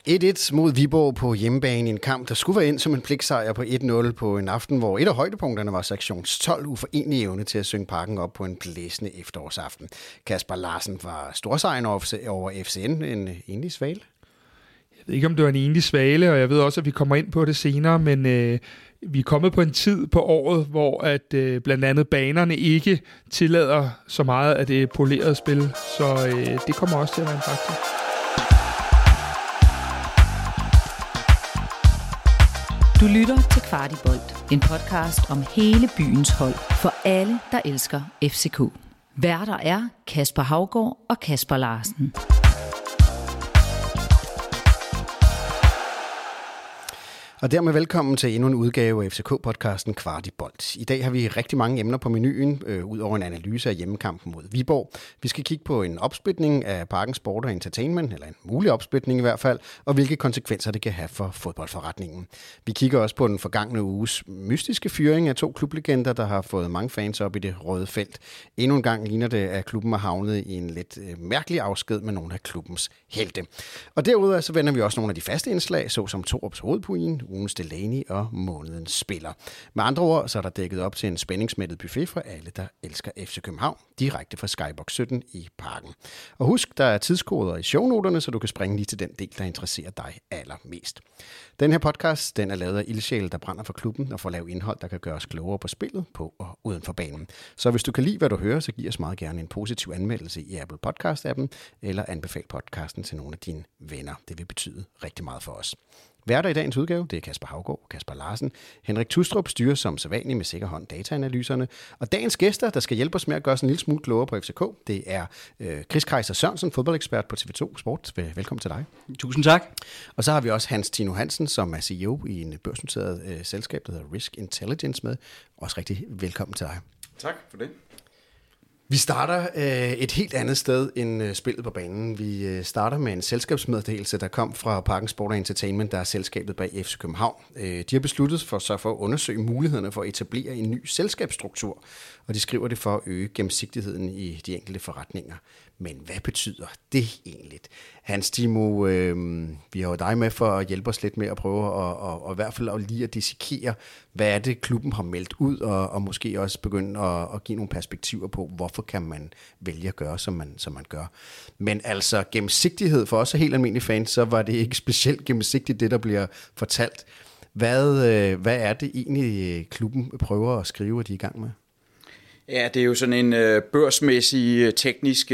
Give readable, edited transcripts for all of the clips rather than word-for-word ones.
1-1 mod Viborg på hjemmebane, en kamp, der skulle være ind som en pligtsejr på 1-0 på en aften, hvor et af højdepunkterne var sektions 12 uforenlige evne til at synge Parken op på en blæsende efterårsaften. Kasper Larsen var storsejren over FCN, en enlig svale. Jeg ved ikke, om det var en enlig svale, og jeg ved også, at vi kommer ind på det senere, men vi er kommet på en tid på året, hvor at blandt andet banerne ikke tillader så meget af det polerede spil, så det kommer også til at være en faktor. Du lytter til Kvartibolt, en podcast om hele byens hold for alle, der elsker FCK. Værter er Kasper Haugaard og Kasper Larsen. Og dermed velkommen til endnu en udgave af FCK-podcasten Kvartibolt. I dag har vi rigtig mange emner på menuen, ud over en analyse af hjemmekampen mod Viborg. Vi skal kigge på en opsplitning af Parken Sport og Entertainment, eller en mulig opsplitning i hvert fald, og hvilke konsekvenser det kan have for fodboldforretningen. Vi kigger også på den forgangne uges mystiske fyring af 2 klublegender, der har fået mange fans op i det røde felt. Endnu en gang ligner det, at klubben har havnet i en lidt mærkelig afsked med nogle af klubbens helte. Og derudover så vender vi også nogle af de faste indslag, såsom Torups hovedpujen, ugens Delaney og månedens spiller. Med andre ord, så er der dækket op til en spændingsmættet buffet for alle, der elsker FC København, direkte fra Skybox 17 i Parken. Og husk, der er tidskoder i shownoterne, så du kan springe lige til den del, der interesserer dig allermest. Den her podcast, den er lavet af ildsjæle, der brænder for klubben og får lavet indhold, der kan gøre os klogere på spillet, på og uden for banen. Så hvis du kan lide, hvad du hører, så giv os meget gerne en positiv anmeldelse i Apple Podcast-appen, eller anbefal podcasten til nogle af dine venner. Det vil betyde rigtig meget for os. Værter i dagens udgave, det er Kasper Haugaard og Kasper Larsen. Henrik Tustrup styrer som sædvanligt med sikker hånd dataanalyserne. Og dagens gæster, der skal hjælpe os med at gøre os en lille smule klogere på FCK, det er Chris Kaiser Sørensen, fodboldekspert på TV2 Sport. Velkommen til dig. Tusind tak. Og så har vi også Hans Tino Hansen, som er CEO i en børsnoteret selskab, der hedder Risk Intelligence med. Også rigtig velkommen til dig. Tak for det. Vi starter et helt andet sted end spillet på banen. Vi starter med en selskabsmeddelelse, der kom fra Parken Sport og Entertainment, der er selskabet bag FC København. De har besluttet for at undersøge mulighederne for at etablere en ny selskabsstruktur, og de skriver det for at øge gennemsigtigheden i de enkelte forretninger. Men hvad betyder det egentlig? Hans Timo, vi har jo dig med for at hjælpe os lidt med at prøve og i hvert fald lige at dissekere, hvad er det, klubben har meldt ud, og måske også begynde at give nogle perspektiver på, hvorfor kan man vælge at gøre, som man gør. Men altså gennemsigtighed for os helt almindelige fans, så var det ikke specielt gennemsigtigt, det der bliver fortalt. Hvad er det egentlig, klubben prøver at skrive, at de er i gang med? Ja, det er jo sådan en børsmæssig, teknisk,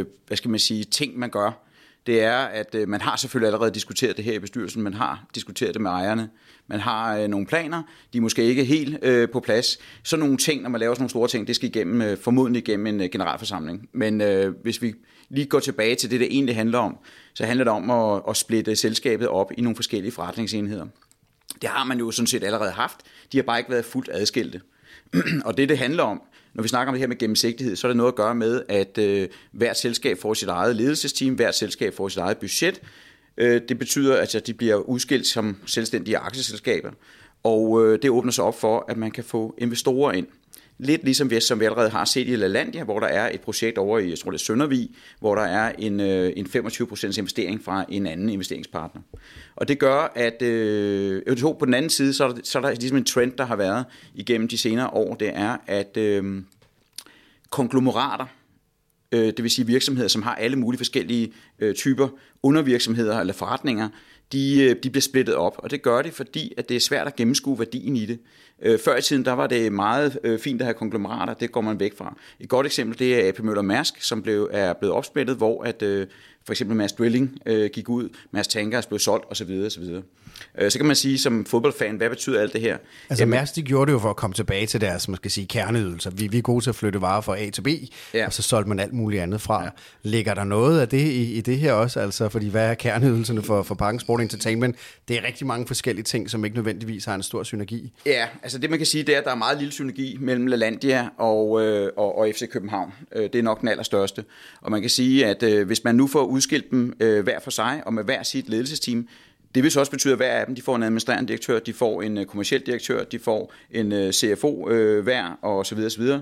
ting man gør. Det er, at man har selvfølgelig allerede diskuteret det her i bestyrelsen, man har diskuteret det med ejerne, man har nogle planer, de er måske ikke helt på plads. Så nogle ting, når man laver sådan nogle store ting, det skal formodentlig igennem en generalforsamling. Men hvis vi lige går tilbage til det egentlig handler om, så handler det om at splitte selskabet op i nogle forskellige forretningsenheder. Det har man jo sådan set allerede haft, de har bare ikke været fuldt adskilte. Og det handler om, når vi snakker om det her med gennemsigtighed, så er det noget at gøre med, at hvert selskab får sit eget ledelsesteam, hvert selskab får sit eget budget. Det betyder, at de bliver udskilt som selvstændige aktieselskaber, og det åbner sig op for, at man kan få investorer ind. Lidt ligesom vi allerede har set i Lalandia, hvor der er et projekt over i, jeg tror det er Søndervig, hvor der er en 25% investering fra en anden investeringspartner. Og det gør, at på den anden side, så er der ligesom en trend, der har været igennem de senere år, det er, at konglomerater, det vil sige virksomheder, som har alle mulige forskellige typer undervirksomheder eller forretninger, de bliver splittet op, og det gør det, fordi at det er svært at gennemskue værdien i det. Før i tiden, der var det meget fint at have konglomerater, det går man væk fra. Et godt eksempel, det er AP Møller Mærsk, som er blevet opsplittet, hvor at for eksempel Maersk Drilling gik ud, Maersk Tankers blev solgt osv. osv. Så kan man sige som fodboldfan, hvad betyder alt det her? Altså Maersk, de gjorde det jo for at komme tilbage til deres, kerneydelser. Vi er gode til at flytte varer fra A til B, og så solgte man alt muligt andet fra. Ja. Ligger der noget af det i det her også? Altså, fordi hvad er kerneydelserne for Parken Sport Entertainment? Det er rigtig mange forskellige ting, som ikke nødvendigvis har en stor synergi. Ja, altså det man kan sige, det er, at der er meget lille synergi mellem Lalandia og FC København. Det er nok den allerstørste. Og man kan sige, at hvis man nu får udskilt dem hver for sig, og med hver sit ledelsesteam, det vil så også betyde, at hver af dem, de får en administrerende direktør, de får en kommerciel direktør, de får en CFO hver, og så videre, så videre.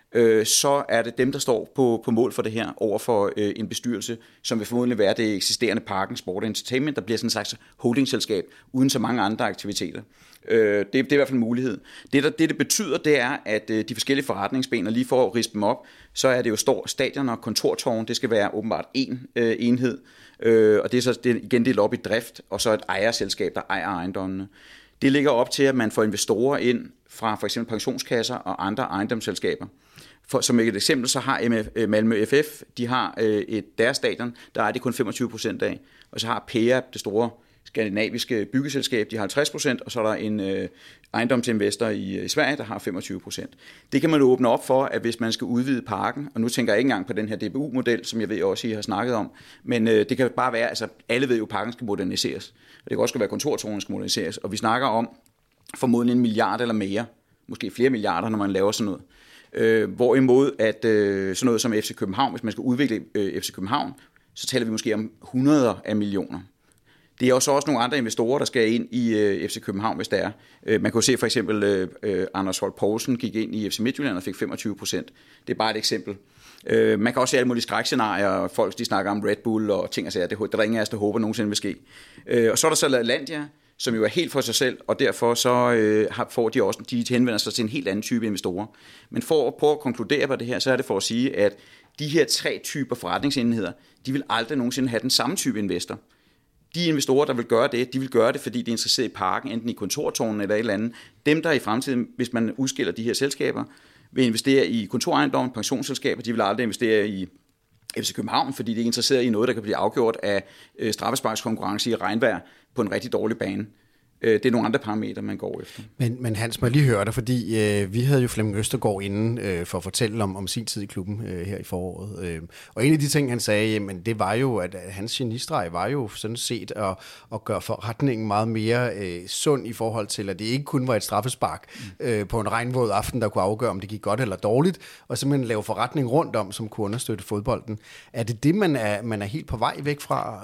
så er det dem, der står på mål for det her over for en bestyrelse, som vil formodentlig være det eksisterende Parken Sport Entertainment, der bliver sådan en slags holdingselskab uden så mange andre aktiviteter. Det er i hvert fald en mulighed. Det betyder, det er, at de forskellige forretningsben, og lige for at ridse dem op, så er det jo stadion og kontortårn, det skal være åbenbart én enhed, og det er så igen delt op i drift, og så et ejerselskab, der ejer ejendommene. Det ligger op til, at man får investorer ind fra for eksempel pensionskasser og andre ejendomsselskaber. Som et eksempel, så har Malmö FF, de har deres stadion, der er det kun 25% af, og så har Peab, det store skandinaviske byggeselskab, de har 50%, og så er der en ejendomsinvestor i Sverige, der har 25%. Det kan man åbne op for, at hvis man skal udvide parken, og nu tænker jeg ikke engang på den her DBU-model, som jeg ved også, I har snakket om, men det kan bare være, altså alle ved jo, at parken skal moderniseres, og det kan også være, at kontortårnen skal moderniseres, og vi snakker om formodentlig 1 milliard eller mere, måske flere milliarder, når man laver sådan noget. Hvorimod at sådan noget som FC København, hvis man skal udvikle FC København, så taler vi måske om hundreder af millioner. Det er jo så også nogle andre investorer, der skal ind i FC København, hvis det er. Man kan jo se for eksempel, Anders Holt Poulsen gik ind i FC Midtjylland og fik 25%. Det er bare et eksempel. Man kan også se alle mulige skrækscenarier, folk de snakker om Red Bull og ting og sager. Det er der ingen af os, der håber nogensinde vil ske. Og så er der så LaLandia, som jo er helt for sig selv, og derfor så får de også, de henvender sig til en helt anden type investorer. Men for at prøve at konkludere på det her, så er det for at sige, at de her 3 typer forretningsenheder, de vil aldrig nogensinde have den samme type investor. De investorer, der vil gøre det, de vil gøre det, fordi de er interesseret i parken, enten i kontortårnen eller et eller andet. Dem, der i fremtiden, hvis man udskiller de her selskaber, vil investere i kontorejendom, pensionsselskaber, de vil aldrig investere i FC København, fordi de er interesseret i noget, der kan blive afgjort af straffesparkskonkurrence i regnvejr på en rigtig dårlig bane. Det er nogle andre parametre, man går efter. Men Hans, må jeg lige høre dig, fordi vi havde jo Flemming Østergaard inden for at fortælle om sin tid i klubben her i foråret. Og en af de ting, han sagde, jamen, det var jo, at hans genistreg var jo sådan set at gøre forretningen meget mere sund i forhold til, at det ikke kun var et straffespark på en regnvåd aften, der kunne afgøre, om det gik godt eller dårligt, og simpelthen lave forretning rundt om, som kunne understøtte fodbolden. Er det det, man er helt på vej væk fra?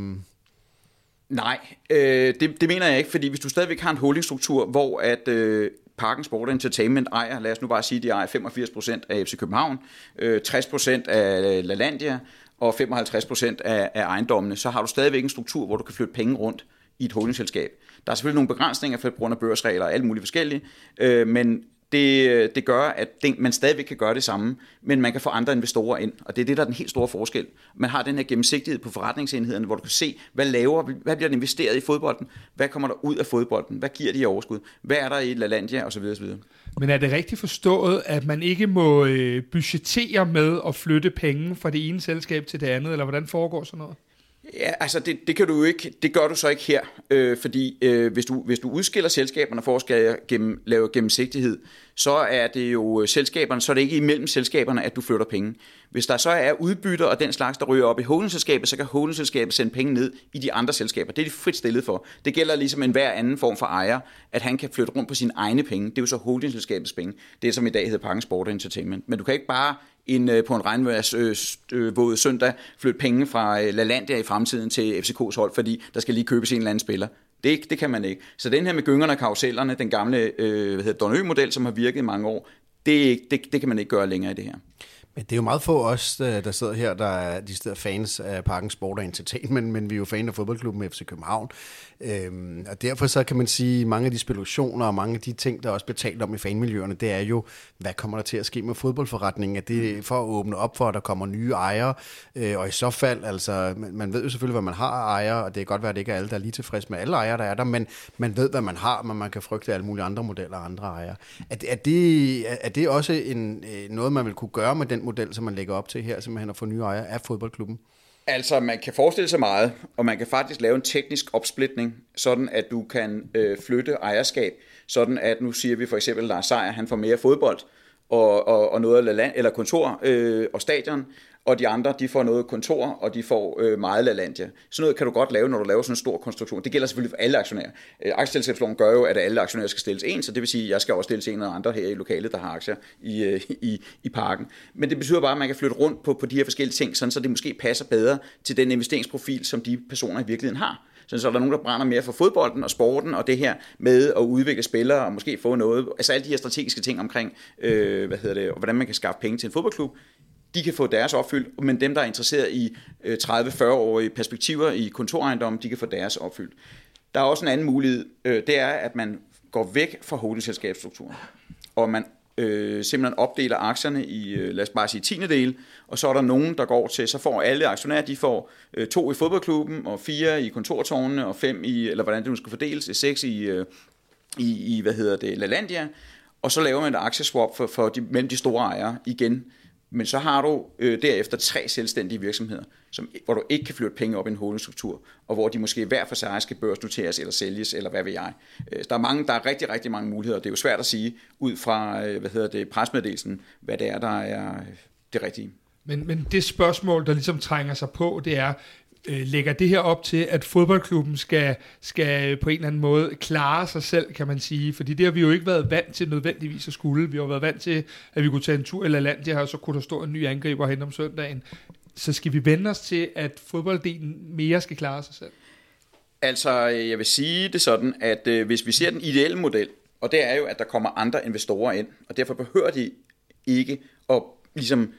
Nej, det mener jeg ikke, fordi hvis du stadigvæk har en holdingstruktur, hvor at Parken Sport Entertainment ejer, lad os nu bare sige, de ejer 85% af FC København, 60% af LaLandia og 55% af ejendommene, så har du stadigvæk en struktur, hvor du kan flytte penge rundt i et holdingselskab. Der er selvfølgelig nogle begrænsninger for grund af børsregler og alt muligt forskellige, men det gør, at man stadigvæk kan gøre det samme, men man kan få andre investorer ind, og det er det, der er den helt store forskel. Man har den her gennemsigtighed på forretningsenhederne, hvor du kan se, hvad bliver der investeret i fodbolden, hvad kommer der ud af fodbolden, hvad giver de i overskud, hvad er der i LaLandia osv. osv. Men er det rigtigt forstået, at man ikke må budgettere med at flytte penge fra det ene selskab til det andet, eller hvordan foregår sådan noget? Ja, altså det kan du jo ikke, det gør du så ikke her, fordi hvis du udskiller selskaberne for at lave gennemsigtighed, så er det jo selskaberne, så er det ikke imellem selskaberne, at du flytter penge. Hvis der så er udbytter og den slags, der ryger op i holdingselskabet, så kan holdingselskabet sende penge ned i de andre selskaber. Det er de frit stillet for. Det gælder ligesom en hver anden form for ejer, at han kan flytte rundt på sine egne penge. Det er jo så holdingselskabets penge. Det er som i dag hedder Parken Sport Entertainment. Men du kan ikke bare på en regnværsvåd søndag flytte penge fra LaLandia i fremtiden til FCK's hold, fordi der skal lige købes en eller anden spiller. Det kan man ikke. Så den her med gyngerne og karusellerne, den gamle Dornø-model, som har virket i mange år, det kan man ikke gøre længere i det her. Men det er jo meget få os, der sidder her, der er de steder fans af Parken Sport og Entertainment, men vi er jo fan af fodboldklubben FC København. Og derfor så kan man sige, mange af de spekulationer og mange af de ting, der også bliver talt om i fanmiljøerne, det er jo, hvad kommer der til at ske med fodboldforretningen? Er det for at åbne op for, at der kommer nye ejere? Og i så fald, altså, man ved jo selvfølgelig, hvad man har af ejere, og det kan godt være, at det ikke er alle, der er lige tilfreds med alle ejere, der er der, men man ved, hvad man har, men man kan frygte alle mulige andre modeller og andre ejere. Er det også noget, man vil kunne gøre med den model, som man lægger op til her, simpelthen at få nye ejere af fodboldklubben? Altså, man kan forestille sig meget, og man kan faktisk lave en teknisk opsplitning, sådan at du kan flytte ejerskab, sådan at nu siger vi for eksempel, Lars Seier, han får mere fodbold og noget eller kontor og stadion, og de andre, de får noget kontor, og de får meget LaLandia. Sådan noget kan du godt lave, når du laver sådan en stor konstruktion. Det gælder selvfølgelig for alle aktionærer. Aktieselskabsloven gør jo, at alle aktionærer skal stilles ens, så det vil sige, at jeg skal også stilles en eller andre her i lokalet, der har aktier i parken. Men det betyder bare, at man kan flytte rundt på de her forskellige ting, sådan så det måske passer bedre til den investeringsprofil, som de personer i virkeligheden har. Så er der nogen, der brænder mere for fodbolden og sporten, og det her med at udvikle spillere og måske få noget, altså alle de her strategiske ting omkring, og hvordan man kan skaffe penge til en fodboldklub, de kan få deres opfyldt, men dem, der er interesseret i 30-40-årige perspektiver i kontorejendommen, de kan få deres opfyldt. Der er også en anden mulighed, det er, at man går væk fra holdingselskabsstrukturen, og man simpelthen opdeler aktierne i, lad os bare sige, 10. del, og så er der nogen, der går til, så får alle aktionærer, de får 2 i fodboldklubben, og 4 i kontortårnene, og 5 i, eller hvordan det nu skal fordeles, 6 i LaLandia, og så laver man et aktieswap mellem de store ejere igen. Men så har du derefter 3 selvstændige virksomheder, hvor du ikke kan flytte penge op i en holdingstruktur, og hvor de måske hver for sig skal børsnoteres eller sælges, eller hvad ved jeg. Der er rigtig, rigtig mange muligheder. Det er jo svært at sige ud fra pressemeddelelsen, hvad det er, der er det rigtige. Men det spørgsmål, der ligesom trænger sig på, det er, lægger det her op til, at fodboldklubben skal på en eller anden måde klare sig selv, kan man sige. Fordi det har vi jo ikke været vant til nødvendigvis at skulle. Vi har været vant til, at vi kunne tage en tur i LaLandia, og så kunne der stå en ny angriber hen om søndagen. Så skal vi vende os til, at fodbolddelen mere skal klare sig selv? Altså, jeg vil sige det sådan, at hvis vi ser den ideelle model, og det er jo, at der kommer andre investorer ind, og derfor behøver de ikke at ligesom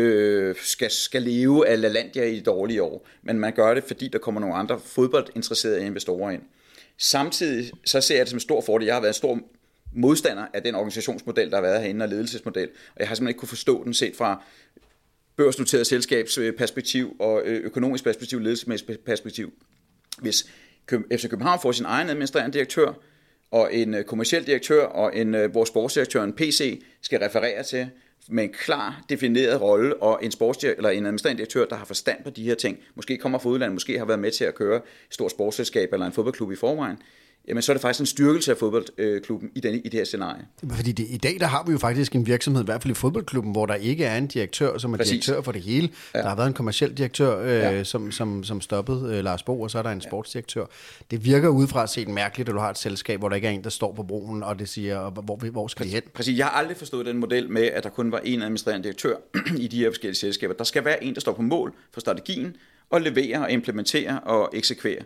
skal leve af LaLandia i de dårlige år, men man gør det, fordi der kommer nogle andre fodboldinteresserede investorer ind. Samtidig så ser jeg det som en stor fordel. Jeg har været en stor modstander af den organisationsmodel, der har været herinde, og ledelsesmodel, og jeg har simpelthen ikke kunne forstå den set fra børsnoteret selskabsperspektiv og økonomisk perspektiv, ledelsesmæssigt perspektiv. Hvis FC København får sin egen administrerende direktør, og en kommerciel direktør, og vores sportsdirektør, en PC, skal referere til, med en klar defineret rolle, og en eller en administrerende direktør, der har forstand på de her ting, måske kommer fra udlandet, måske har været med til at køre et stort sportsselskab eller en fodboldklub i forvejen, jamen så er det faktisk en styrkelse af fodboldklubben i det her scenarie. Fordi i dag, der har vi jo faktisk en virksomhed, i hvert fald i fodboldklubben, hvor der ikke er en direktør, som er direktør for det hele. Ja. Der har været en kommerciel direktør, som stoppede Lars Bo, og så er der en sportsdirektør. Det virker udefra set mærkeligt, at du har et selskab, hvor der ikke er en, der står på broen, og det siger, hvor skal de hen? Præcis. Jeg har aldrig forstået den model med, at der kun var en administrerende direktør i de her forskellige selskaber. Der skal være en, der står på mål for strategien, og leverer og implementerer og eksekverer.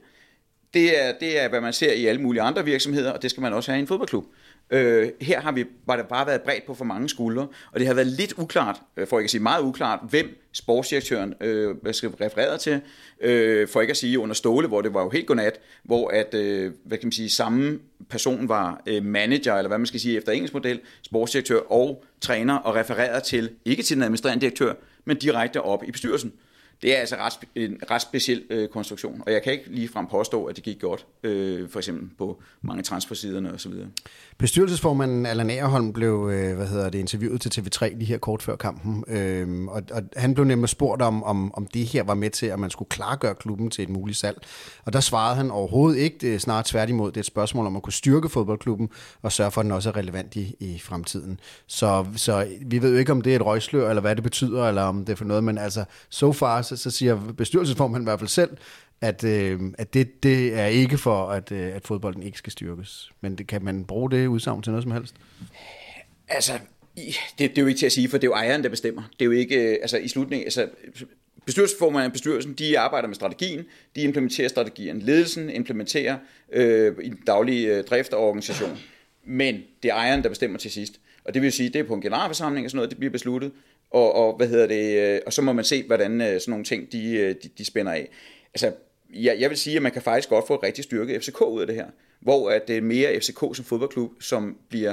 Det er, hvad man ser i alle mulige andre virksomheder, og det skal man også have i en fodboldklub. Her har det bare været bredt på for mange skuldre, og det har været lidt uklart, for ikke at sige meget uklart, hvem sportsdirektøren skal referere til, for ikke at sige under Ståle, hvor det var jo helt godnat, hvor at, samme person var manager, eller hvad man skal sige efter engelsk model, sportsdirektør og træner, og refererede til, ikke til den administrerende direktør, men direkte op i bestyrelsen. Det er altså en ret speciel konstruktion, og jeg kan ikke ligefrem påstå, at det gik godt, for eksempel på mange transfersiderne osv. Bestyrelsesformanden Allan Agerholm blev interviewet til TV3 lige her kort før kampen, og han blev nemlig spurgt om det her var med til, at man skulle klargøre klubben til et muligt salg. Og der svarede han overhovedet ikke, det er snart tværtimod, det er et spørgsmål om at kunne styrke fodboldklubben og sørge for, at den også er relevant i fremtiden. Så vi ved jo ikke, om det er et røgslør, eller hvad det betyder, eller om det er for noget, men altså so far, så siger bestyrelsesformanden i hvert fald selv, at det er ikke for, at fodbolden ikke skal styrkes. Men kan man bruge det udsagn til noget som helst? Altså, det er jo ikke til at sige, for det er jo ejeren, der bestemmer. Det er jo ikke, i slutningen, bestyrelsesformanden af bestyrelsen, de arbejder med strategien, de implementerer strategien. Ledelsen implementerer i den daglige drift og organisation. Men det er ejeren, der bestemmer til sidst. Og det vil sige, det er på en generalforsamling og sådan noget, det bliver besluttet. Og så må man se, hvordan sådan nogle ting, de spænder af. Altså, jeg vil sige, at man kan faktisk godt få et rigtig styrket FCK ud af det her, hvor at det er mere FCK som fodboldklub, som bliver,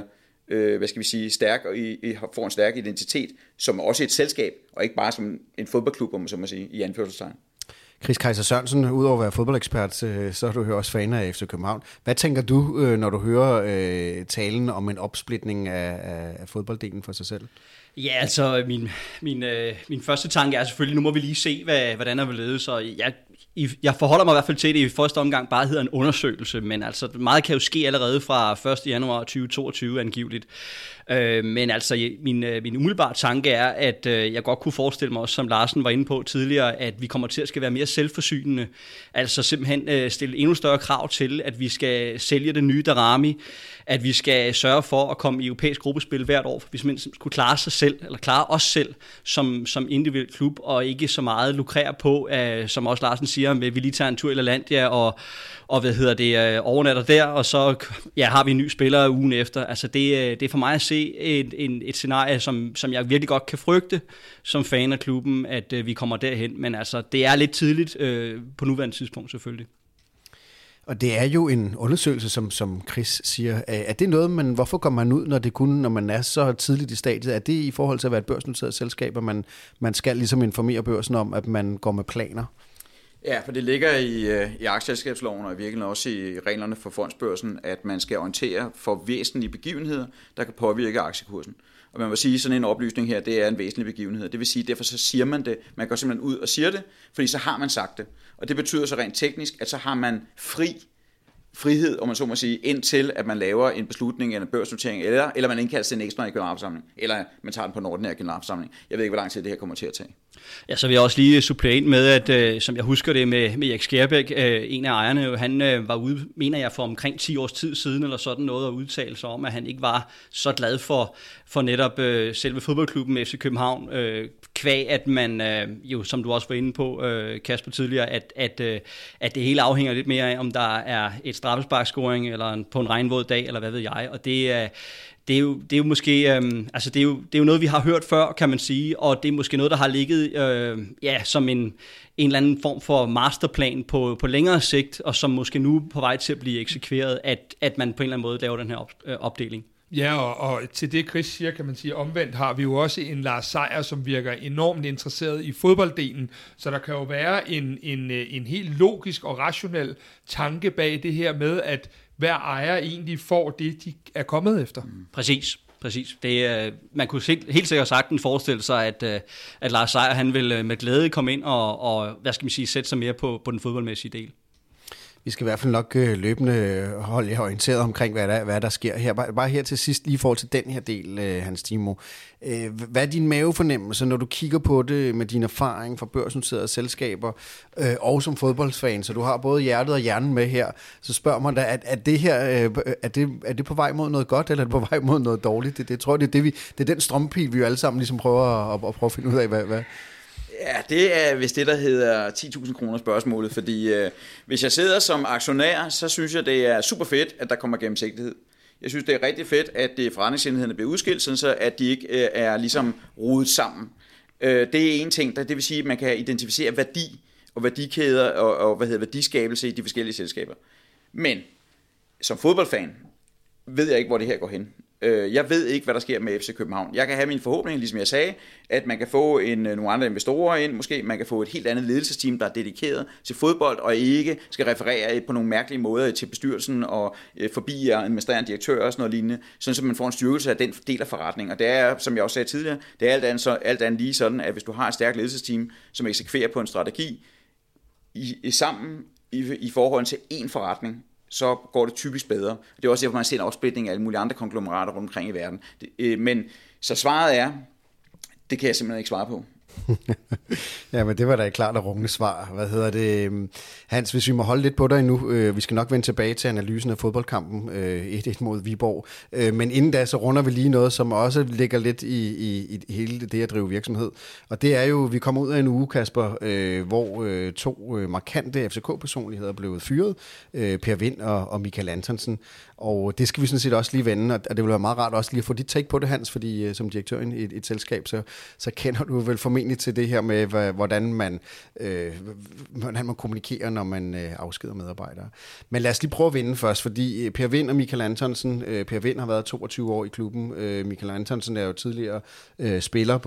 stærk og får en stærk identitet, som også et selskab, og ikke bare som en fodboldklub, om man sige, i anførselstegn. Chris Kaiser Sørensen, udover at være fodboldekspert, så er du også fan af FC København. Hvad tænker du, når du hører talen om en opsplitning af fodbolddelen for sig selv? Ja, altså min første tanke er selvfølgelig, nu må vi lige se, hvordan er ledet, så jeg forholder mig i hvert fald til, det i første omgang bare hedder en undersøgelse, men altså meget kan jo ske allerede fra 1. januar 2022 angiveligt. Men altså min umiddelbare tanke er, at jeg godt kunne forestille mig også, som Larsen var inde på tidligere, at vi kommer til at skal være mere selvforsynende, altså simpelthen stille endnu større krav til, at vi skal sælge det nye Darami, at vi skal sørge for at komme i europæisk gruppespil hvert år, for vi simpelthen skulle klare selv, eller klare os selv som individuel klub, og ikke så meget lukrere på, som også Larsen siger, at vi lige tager en tur i LaLandia, og overnatter der, og så har vi en ny spiller ugen efter. Altså det er for mig at se et scenarie, som jeg virkelig godt kan frygte som fan af klubben, at vi kommer derhen. Men altså, det er lidt tidligt på nuværende tidspunkt selvfølgelig. Og det er jo en undersøgelse, som Chris siger. Er det noget, hvorfor går man ud, når man er så tidligt i stadiet? Er det i forhold til at være et børsnoteret selskab, at man skal ligesom informere børsen om, at man går med planer? Ja, for det ligger i aktieselskabsloven og i virkeligheden også i reglerne for fondsbørsen, at man skal orientere for væsentlige begivenheder, der kan påvirke aktiekursen. Og man må sige, at sådan en oplysning her, det er en væsentlig begivenhed. Det vil sige, derfor så siger man det. Man går simpelthen ud og siger det, fordi så har man sagt det. Og det betyder så rent teknisk, at så har man frihed, om man så må sige, indtil at man laver en beslutning eller en børsnotering, eller man indkalder til en ekstra generalforsamling, eller man tager den på en ordinær generalforsamling. Jeg ved ikke, hvor lang tid det her kommer til at tage. Ja, så vil jeg også lige supplere ind med, at som jeg husker det med Erik Skærbæk, en af ejerne, han var ude, mener jeg, for omkring 10 års tid siden, eller sådan noget, at udtale sig om, at han ikke var så glad for netop selve fodboldklubben FC København, kvæg, at man jo, som du også var inde på, Kasper, tidligere, at det hele afhænger lidt mere af, om der er et straffesparkscoring, eller på en regnvåd dag, eller hvad ved jeg, og det er jo måske, det er jo noget, vi har hørt før, kan man sige, og det er måske noget, der har ligget som en eller anden form for masterplan på længere sigt, og som måske nu på vej til at blive eksekveret, at man på en eller anden måde laver den her opdeling. Ja, og til det Chris siger, kan man sige, omvendt har vi jo også en Lars Seier, som virker enormt interesseret i fodbolddelen, så der kan jo være en helt logisk og rationel tanke bag det her med, at hver ejer egentlig får det, de er kommet efter. Præcis. Man kunne helt sikkert sagtens forestille sig, at Lars Seier, han vil med glæde komme ind og hvad skal man sige, sætte sig mere på den fodboldmæssige del. Vi skal i hvert fald nok løbende holde jer orienteret omkring, hvad der sker her. Bare her til sidst, lige i forhold til den her del, Hans Timo. Hvad er din mavefornemmelse, når du kigger på det med din erfaring fra børsnoterede selskaber og som fodboldsfan, så du har både hjertet og hjernen med her, så spørger man dig, er det her, er det på vej mod noget godt, eller er det på vej mod noget dårligt? Det tror jeg, det er den strømpil, vi jo alle sammen ligesom prøver at finde ud af, hvad. Ja, det er vist det, der hedder 10.000 kroner spørgsmålet, fordi hvis jeg sidder som aktionær, så synes jeg, det er super fedt, at der kommer gennemsigtighed. Jeg synes, det er rigtig fedt, at forretningsenhederne bliver udskilt, sådan så at de ikke er ligesom rodet sammen. Det er en ting, det vil sige, at man kan identificere værdi og værdikæder og værdiskabelse i de forskellige selskaber. Men som fodboldfan ved jeg ikke, hvor det her går hen. Jeg ved ikke, hvad der sker med FC København. Jeg kan have min forhåbning, ligesom jeg sagde, at man kan få nogle andre investorer ind, måske man kan få et helt andet ledelsesteam, der er dedikeret til fodbold, og ikke skal referere på nogle mærkelige måder til bestyrelsen og forbi administrerende direktør og sådan noget lignende, sådan så man får en styrkelse af den del af forretningen. Og det er, som jeg også sagde tidligere, det er alt andet lige sådan, at hvis du har et stærkt ledelsesteam, som eksekverer på en strategi sammen i forhold til én forretning, så går det typisk bedre. Det er også derfor, man ser en opsplitning af alle mulige andre konglomerater rundt omkring i verden. Men så svaret er, det kan jeg simpelthen ikke svare på. Ja, men det var da et klart og rungende svar. Hvad hedder det? Hans, hvis vi må holde lidt på dig endnu, vi skal nok vende tilbage til analysen af fodboldkampen 1-1 mod Viborg. Men inden da, så runder vi lige noget, som også ligger lidt i hele det at drive virksomhed. Og det er jo, vi kommer ud af en uge, Kasper, hvor to markante FCK-personligheder er blevet fyret. Per Wind og Michael Antonsen. Og det skal vi sådan set også lige vende, og det vil være meget rart også lige at få dit take på det, Hans, fordi som direktør i et selskab, så kender du vel formentlig til det her med, hvordan man kommunikerer, når man afskeder medarbejdere. Men lad os lige prøve at vende først, fordi Per Wind og Michael Antonsen, Per Wind har været 22 år i klubben, Michael Antonsen er jo tidligere spiller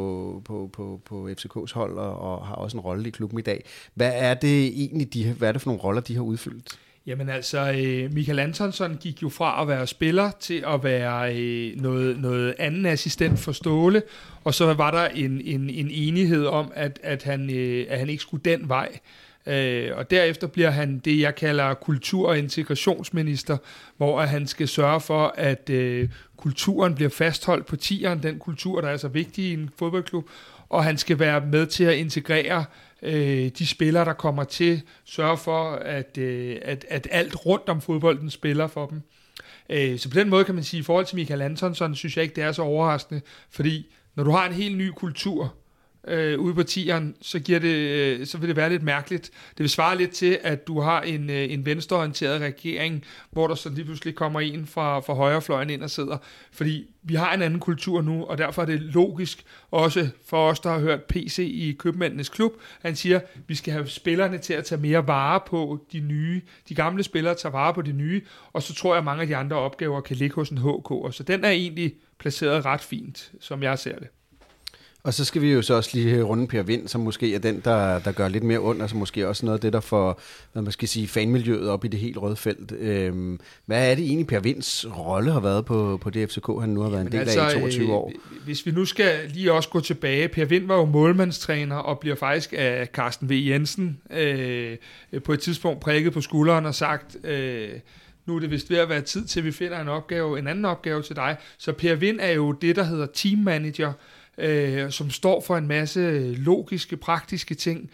på FCK's hold, og har også en rolle i klubben i dag. Hvad er det egentlig, hvad er det for nogle roller, de har udfyldt? Jamen altså, Michael Antonsen gik jo fra at være spiller til at være noget anden assistent for Ståle, og så var der en enighed om, at han ikke skulle den vej. Og derefter bliver han det, jeg kalder kultur- og integrationsminister, hvor han skal sørge for, at kulturen bliver fastholdt på tieren, den kultur, der er så vigtig i en fodboldklub, og han skal være med til at integrere de spillere, der kommer til, sørge for, at alt rundt om fodbolden spiller for dem. Så på den måde kan man sige, i forhold til Michael Antonsen, synes jeg ikke, det er så overraskende, fordi når du har en helt ny kultur ude på tieren, så vil det være lidt mærkeligt. Det vil svare lidt til, at du har en venstreorienteret regering, hvor der så lige pludselig kommer en fra højrefløjen ind og sidder. Fordi vi har en anden kultur nu, og derfor er det logisk, også for os, der har hørt PC i Købmændenes Klub, han siger, at vi skal have spillerne til at tage mere vare på de nye. De gamle spillere tager vare på de nye, og så tror jeg, at mange af de andre opgaver kan ligge hos en HK. Så den er egentlig placeret ret fint, som jeg ser det. Og så skal vi jo så også lige runde Per Vind, som måske er den, der gør lidt mere ondt, og så måske også noget af det, der får, hvad man skal sige, fanmiljøet op i det helt røde felt. Hvad er det egentlig, Per Vinds rolle har været på det FCK, han nu har været en del af i 22 år? Hvis vi nu skal lige også gå tilbage, Per Vind var jo målmandstræner, og bliver faktisk af Carsten V. Jensen på et tidspunkt prikket på skulderen og sagt... nu er det vist ved at være tid til, at vi finder en anden opgave til dig. Så Per Vind er jo det, der hedder teammanager, som står for en masse logiske, praktiske ting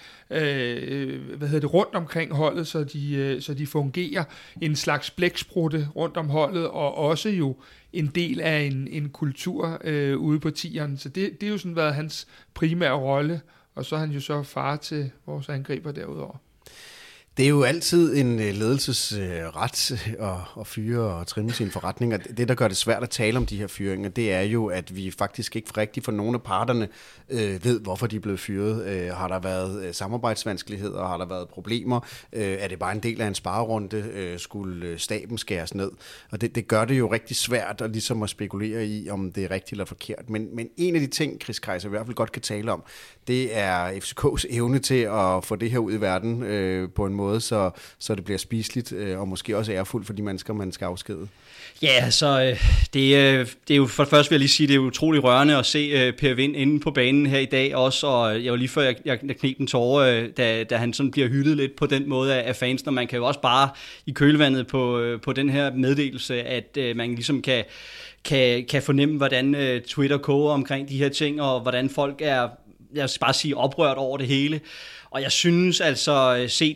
rundt omkring holdet, så de fungerer. En slags blæksprutte rundt om holdet, og også jo en del af en kultur ude på tieren. Så det er jo sådan været hans primære rolle, og så er han jo så far til vores angriber derudover. Det er jo altid en ledelsesret at fyre og trimme sine forretninger. Det, der gør det svært at tale om de her fyringer, det er jo, at vi faktisk ikke rigtig for nogle af parterne ved, hvorfor de er blevet fyret. Har der været samarbejdsvanskeligheder? Har der været problemer? Er det bare en del af en sparerunde? Skulle staben skæres ned? Og det gør det jo rigtig svært at, ligesom at spekulere i, om det er rigtigt eller forkert. Men en af de ting, Chris Kejser i hvert fald godt kan tale om, det er FCK's evne til at få det her ud i verden på en måde, så det bliver spiseligt og måske også ærefuldt for de mennesker, man skal afskede. Ja, så det er jo for det første vil jeg lige sige, det er utrolig rørende at se Per Vind inde på banen her i dag også, og jeg var lige før jeg kneb en tåre, da han sådan bliver hyldet lidt på den måde af fans, og man kan jo også bare i kølvandet på den her meddelelse, at man ligesom kan fornemme, hvordan Twitter koger omkring de her ting, og hvordan folk er, jeg skal bare sige, oprørt over det hele. Og jeg synes altså, set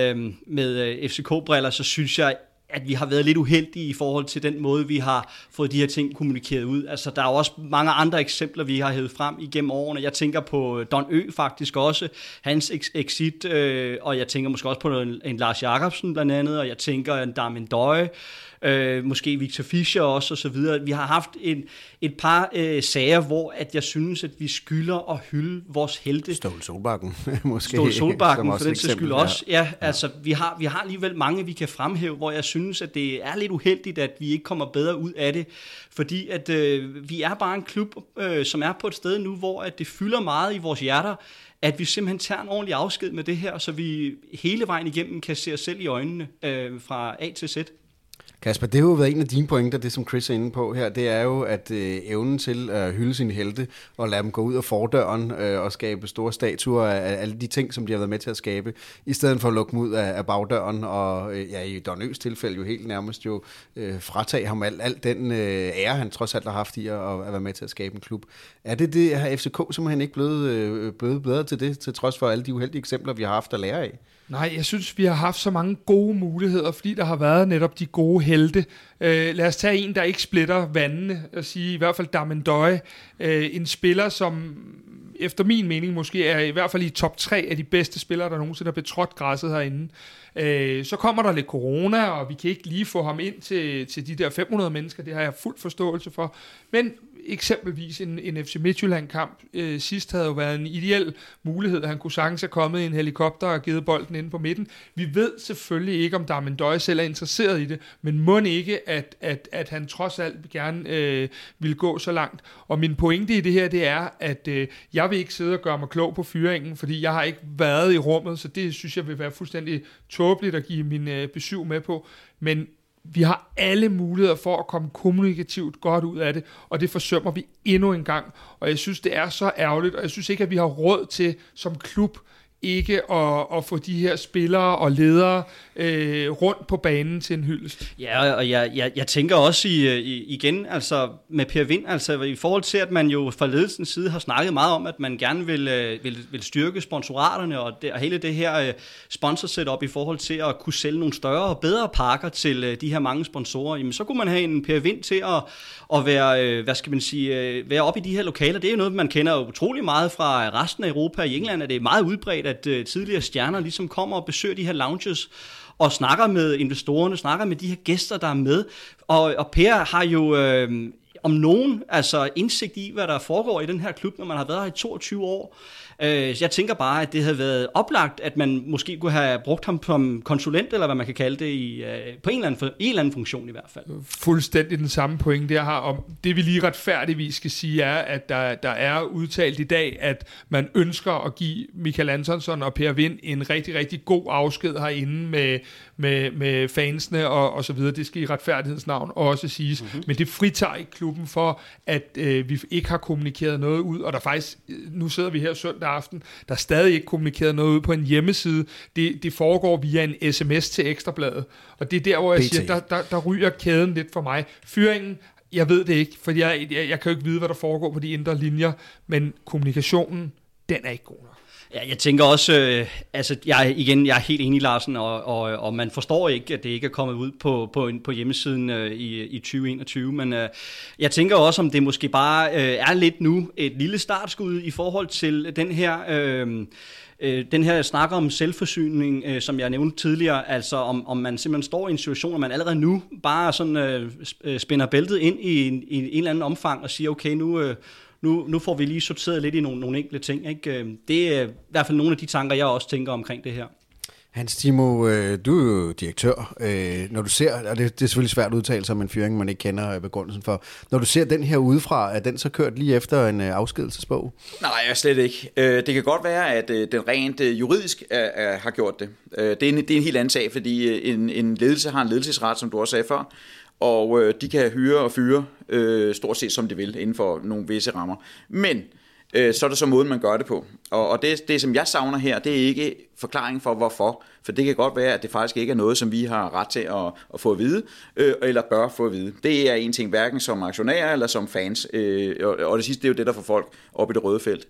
med FCK-briller, så synes jeg, at vi har været lidt uheldige i forhold til den måde, vi har fået de her ting kommunikeret ud. Altså, der er jo også mange andre eksempler, vi har hævet frem igennem årene. Jeg tænker på Don Ø faktisk også, hans exit, og jeg tænker måske også på en Lars Jacobsen blandt andet, og jeg tænker en Darmin Døje, måske Victor Fischer også, og så videre. Vi har haft et par sager, hvor at jeg synes, at vi skylder at hylde vores helte. Ståle Solbakken, måske. Ståle Solbakken, for den skyld også. Ja, altså, vi har alligevel mange, vi kan fremhæve, hvor jeg synes, at det er lidt uheldigt, at vi ikke kommer bedre ud af det, fordi at vi er bare en klub, som er på et sted nu, hvor at det fylder meget i vores hjerter, at vi simpelthen tager en ordentlig afsked med det her, så vi hele vejen igennem kan se os selv i øjnene fra A til Z. Kasper, det har jo været en af dine pointer, det som Chris er inde på her, det er jo, at evnen til at hylde sine helte og lade dem gå ud af fordøren og skabe store statuer af alle de ting, som de har været med til at skabe, i stedet for at lukke dem ud af bagdøren, og i Don Øs tilfælde jo helt nærmest jo fratage ham alt den ære, han trods alt har haft i at være med til at skabe en klub. Er det her FCK simpelthen ikke blevet bedre til det, til trods for alle de uheldige eksempler, vi har haft at lære af? Nej, jeg synes, vi har haft så mange gode muligheder, fordi der har været netop de gode helte. Lad os tage en, der ikke splitter vandene, og sige i hvert fald Darmin Døje. En spiller, som efter min mening måske er i hvert fald i top 3 af de bedste spillere, der nogensinde har betrådt græsset herinde. Så kommer der lidt corona, og vi kan ikke lige få ham ind til de der 500 mennesker, det har jeg fuld forståelse for. Men eksempelvis en FC Midtjylland-kamp sidst havde jo været en ideel mulighed. Han kunne sagtens have kommet i en helikopter og givet bolden inde på midten. Vi ved selvfølgelig ikke, om Darmin Døje selv er interesseret i det, men må ikke, at han trods alt gerne vil gå så langt. Og min pointe i det her, det er, at jeg vil ikke sidde og gøre mig klog på fyringen, fordi jeg har ikke været i rummet, så det synes jeg vil være fuldstændig tåbeligt at give min besøg med på. Men vi har alle muligheder for at komme kommunikativt godt ud af det, og det forsømmer vi endnu en gang. Og jeg synes, det er så ærgerligt, og jeg synes ikke, at vi har råd til som klub ikke at få de her spillere og ledere rundt på banen til en hyldest. Ja, og jeg tænker også igen, altså med Per Wind, altså i forhold til, at man jo fra ledelsens side har snakket meget om, at man gerne vil styrke sponsoraterne og hele det her sponsor-setup i forhold til at kunne sælge nogle større og bedre pakker til de her mange sponsorer, jamen så kunne man have en Per Wind til at være, hvad skal man sige, være oppe i de her lokaler. Det er jo noget, man kender utrolig meget fra resten af Europa. I England er det meget udbredt, at tidligere stjerner ligesom kommer og besøger de her lounges og snakker med investorerne, snakker med de her gæster, der er med. Og Per har jo om nogen altså indsigt i, hvad der foregår i den her klub, når man har været her i 22 år. Jeg tænker bare, at det havde været oplagt, at man måske kunne have brugt ham som konsulent, eller hvad man kan kalde det, på en eller anden funktion i hvert fald. Fuldstændig den samme pointe, jeg har. Og det vi lige retfærdigvis skal sige er, at der er udtalt i dag, at man ønsker at give Michael Antonsson og Per Wind en rigtig, rigtig god afsked herinde med fansene og så videre. Det skal i retfærdighedens navn også siges. Mm-hmm. Men det fritager ikke klubben for, at vi ikke har kommunikeret noget ud, og der faktisk, nu sidder vi her søndag aften, der er stadig ikke kommunikeret noget ud på en hjemmeside. Det foregår via en sms til Ekstrabladet. Og det er der, hvor jeg siger, der ryger kæden lidt for mig. Fyringen, jeg ved det ikke, for jeg kan jo ikke vide, hvad der foregår på de indre linjer, men kommunikationen, den er ikke god nok. Ja, jeg tænker også, altså jeg er helt enig, Larsen, og man forstår ikke, at det ikke er kommet ud på hjemmesiden i 2021, men jeg tænker også, om det måske bare er lidt nu et lille startskud i forhold til den her snak om selvforsyning, som jeg nævnte tidligere, altså om man simpelthen står i en situation, hvor man allerede nu bare sådan spænder bæltet ind i en eller anden omfang og siger, okay, nu får vi lige sorteret lidt i nogle enkelte ting. Ikke? Det er i hvert fald nogle af de tanker, jeg også tænker omkring det her. Hans Timo, du er jo direktør. Når du ser, og det er selvfølgelig svært at udtale sig om en fyring, man ikke kender begrundelsen for. Når du ser den her udefra, er den så kørt lige efter en afskedelsesbog? Nej, slet ikke. Det kan godt være, at den rent juridisk har gjort det. Det er en helt anden sag, fordi en ledelse har en ledelsesret, som du også sagde før, og de kan hyre og fyre stort set som de vil, inden for nogle visse rammer. Men så er det så måden, man gør det på. Og det, som jeg savner her, det er ikke forklaring for, hvorfor. For det kan godt være, at det faktisk ikke er noget, som vi har ret til at få at vide, eller bør få at vide. Det er en ting, hverken som aktionærer eller som fans. Og det sidste, det er jo det, der får folk op i det røde felt.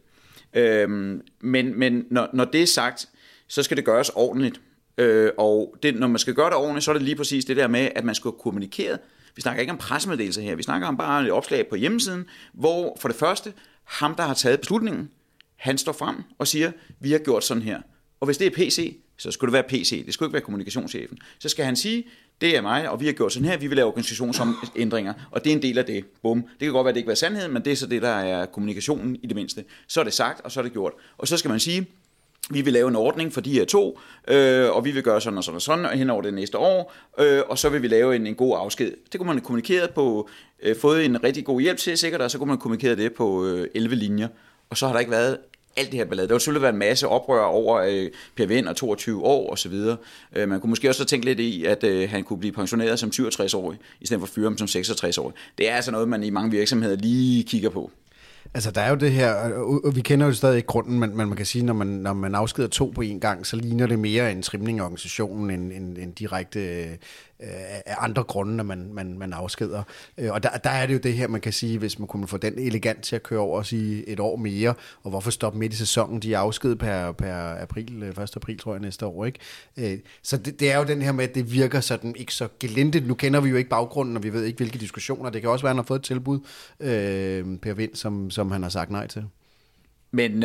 Men når det er sagt, så skal det gøres ordentligt. Og når man skal gøre det ordentligt, så er det lige præcis det der med, at man skal kommunikere. Vi snakker ikke om pressemeddelelse her, vi snakker om bare et opslag på hjemmesiden, hvor for det første, ham der har taget beslutningen, han står frem og siger, vi har gjort sådan her. Og hvis det er PC, så skulle det være PC, det skulle ikke være kommunikationschefen. Så skal han sige, det er mig, og vi har gjort sådan her, vi vil lave organisationsændringer, og det er en del af det. Bum. Det kan godt være, at det ikke er sandheden, men det er så det, der er kommunikationen i det mindste. Så er det sagt, og så er det gjort. Og så skal man sige, vi vil lave en ordning for de her to, og vi vil gøre sådan og sådan og sådan, og hen over det næste år, og så vil vi lave en god afsked. Det kunne man kommunikere på, fået en rigtig god hjælp til sikkert, og så kunne man kommunikere det på 11 linjer, og så har der ikke været alt det her ballade. Der har selvfølgelig været en masse oprør over Per Wind og 22 år og så videre. Man kunne måske også tænke lidt i, at han kunne blive pensioneret som 67-årig, i stedet for at fyre ham som 66-årig. Det er altså noget, man i mange virksomheder lige kigger på. Altså, der er jo det her, og vi kender jo stadig ikke grunden, men man kan sige, når man afskeder 2 på en gang, så ligner det mere en trimning af organisationen end direkte af andre grunde, når man afskeder. Og der er det jo det her, man kan sige, hvis man kunne få den elegant til at køre over og sige et år mere, og hvorfor stoppe midt i sæsonen, de er afskedet per april, 1. april, tror jeg, næste år, ikke? Så det er jo den her med, at det virker sådan ikke så gelindet. Nu kender vi jo ikke baggrunden, og vi ved ikke, hvilke diskussioner. Det kan også være, at han har fået et tilbud, Per Wind, som han har sagt nej til. Men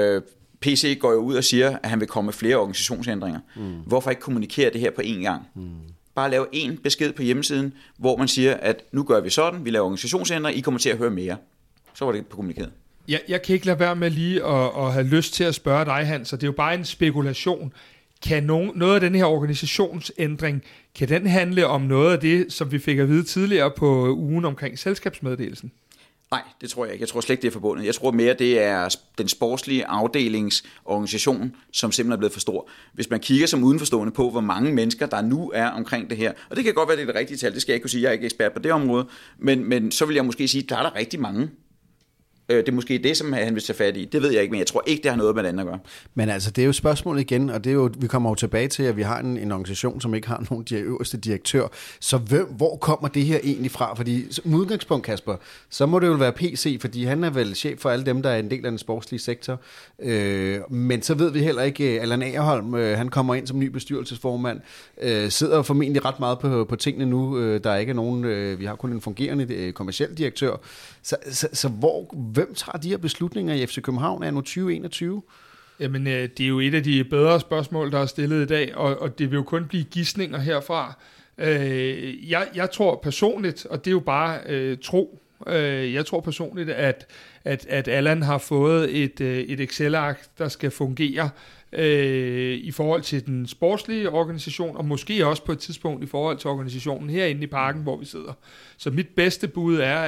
PC går jo ud og siger, at han vil komme med flere organisationsændringer. Hvorfor ikke kommunikere det her på én gang? Bare lave en besked på hjemmesiden, hvor man siger, at nu gør vi sådan, vi laver organisationsændringer, I kommer til at høre mere. Så var det på kommunikeret. Jeg kan ikke lade være med lige at have lyst til at spørge dig, Hans, og det er jo bare en spekulation. Kan noget af den her organisationsændring, kan den handle om noget af det, som vi fik at vide tidligere på ugen omkring selskabsmeddelelsen? Nej, det tror jeg ikke. Jeg tror slet ikke, det er forbundet. Jeg tror mere, det er den sportslige afdelingsorganisation, som simpelthen er blevet for stor. Hvis man kigger som udenforstående på, hvor mange mennesker, der nu er omkring det her, og det kan godt være, det er det rigtige tal, det skal jeg ikke kunne sige, jeg er ikke ekspert på det område, men så vil jeg måske sige, der er der rigtig mange. Det er måske det, som han vil tage fat i. Det ved jeg ikke, men jeg tror ikke, det har noget med det andet at gøre. Men altså, det er jo spørgsmålet igen, og det er jo, vi kommer jo tilbage til, at vi har en organisation, som ikke har nogen øverste direktør. Så hvor kommer det her egentlig fra? Fordi som udgangspunkt, Kasper, så må det jo være PC, fordi han er vel chef for alle dem, der er en del af den sportslige sektor. Men så ved vi heller ikke, Allan Agerholm, han kommer ind som ny bestyrelsesformand, sidder formentlig ret meget på tingene nu. Der er ikke nogen, vi har kun en fungerende kommerciel direktør. Så hvem tager de her beslutninger i FC København anno 2021? Jamen, det er jo et af de bedre spørgsmål, der er stillet i dag, og det vil jo kun blive gidsninger herfra. Jeg tror personligt, og det er jo bare tro, jeg tror personligt, at Allan har fået et Excel-ark, der skal fungere i forhold til den sportslige organisation, og måske også på et tidspunkt i forhold til organisationen herinde i parken, hvor vi sidder. Så mit bedste bud er,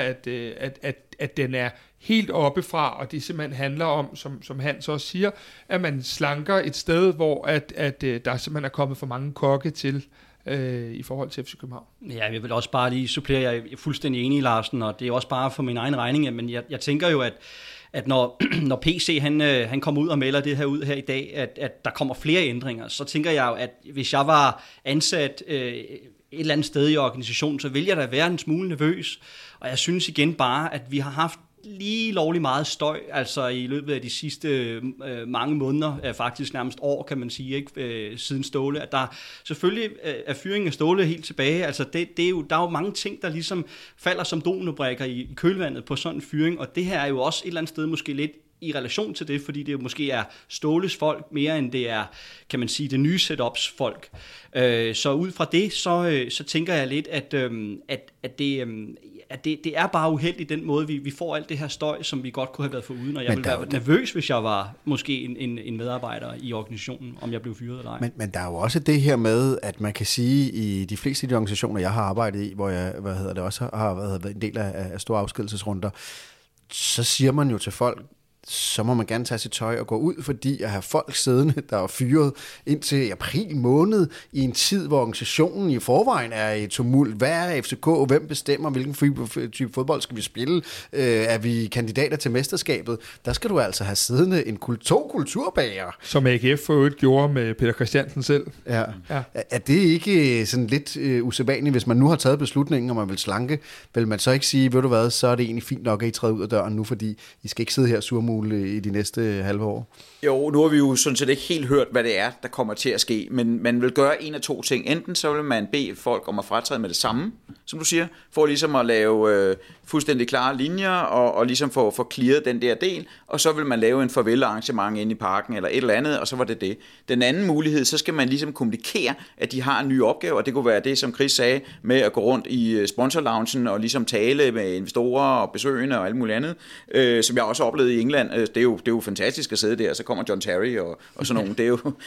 at den er helt oppefra, og det simpelthen handler om, som Hans også siger, at man slanker et sted, hvor at der simpelthen er kommet for mange kokke til i forhold til FC København. Ja, jeg vil også bare lige supplere, jeg er fuldstændig enig i Larsen, og det er også bare for min egen regning, men jeg tænker jo, at når PC han kommer ud og melder det her ud her i dag, at der kommer flere ændringer, så tænker jeg jo, at hvis jeg var ansat et eller andet sted i organisationen, så vil jeg da være en smule nervøs. Og jeg synes igen bare, at vi har haft lige lovlig meget støj, altså i løbet af de sidste mange måneder, faktisk nærmest år, kan man sige, ikke, siden Ståle, at der selvfølgelig er fyringen af Ståle helt tilbage, altså det er jo, der er jo mange ting, der ligesom falder som dominobrikker i kølvandet på sådan en fyring, og det her er jo også et eller andet sted måske lidt i relation til det, fordi det jo måske er Ståles folk mere end det er, kan man sige, det nye setups folk. Så ud fra det, så tænker jeg lidt, at det er bare uheldigt den måde, vi får alt det her støj, som vi godt kunne have været foruden, og jeg ville være nervøs, hvis jeg var måske en medarbejder i organisationen, om jeg blev fyret eller ej. Men der er jo også det her med, at man kan sige, i de fleste af de organisationer, jeg har arbejdet i, hvor jeg også har været en del af store afskedelsesrunder, så siger man jo til folk, så må man gerne tage sit tøj og gå ud, fordi at have folk siddende, der er fyret indtil april måned, i en tid, hvor organisationen i forvejen er i tumult. Hvad er FCK? Hvem bestemmer, hvilken type fodbold skal vi spille? Er vi kandidater til mesterskabet? Der skal du altså have siddende to kulturbager. Som AGF for øvrigt gjorde med Peter Christiansen selv. Ja. Er det ikke sådan lidt usædvanligt, hvis man nu har taget beslutningen, og man vil slanke, vil man så ikke sige, ved du hvad, så er det egentlig fint nok, at I træder ud af døren nu, fordi I skal ikke sidde her surmule i de næste halve år? Jo, nu har vi jo sådan set ikke helt hørt, hvad det er, der kommer til at ske, men man vil gøre en af to ting. Enten så vil man bede folk om at fratræde med det samme, som du siger, for ligesom at lave fuldstændig klare linjer, og ligesom få clearet den der del, og så vil man lave en farvelarrangement inde i parken, eller et eller andet, og så var det det. Den anden mulighed, så skal man ligesom kommunikere, at de har en ny opgave, og det kunne være det, som Chris sagde, med at gå rundt i sponsorloungen, og ligesom tale med investorer og besøgende og alt muligt andet, som jeg også oplevede i England. Det er jo fantastisk at sidde der, så kommer John Terry og sådan nogen. Det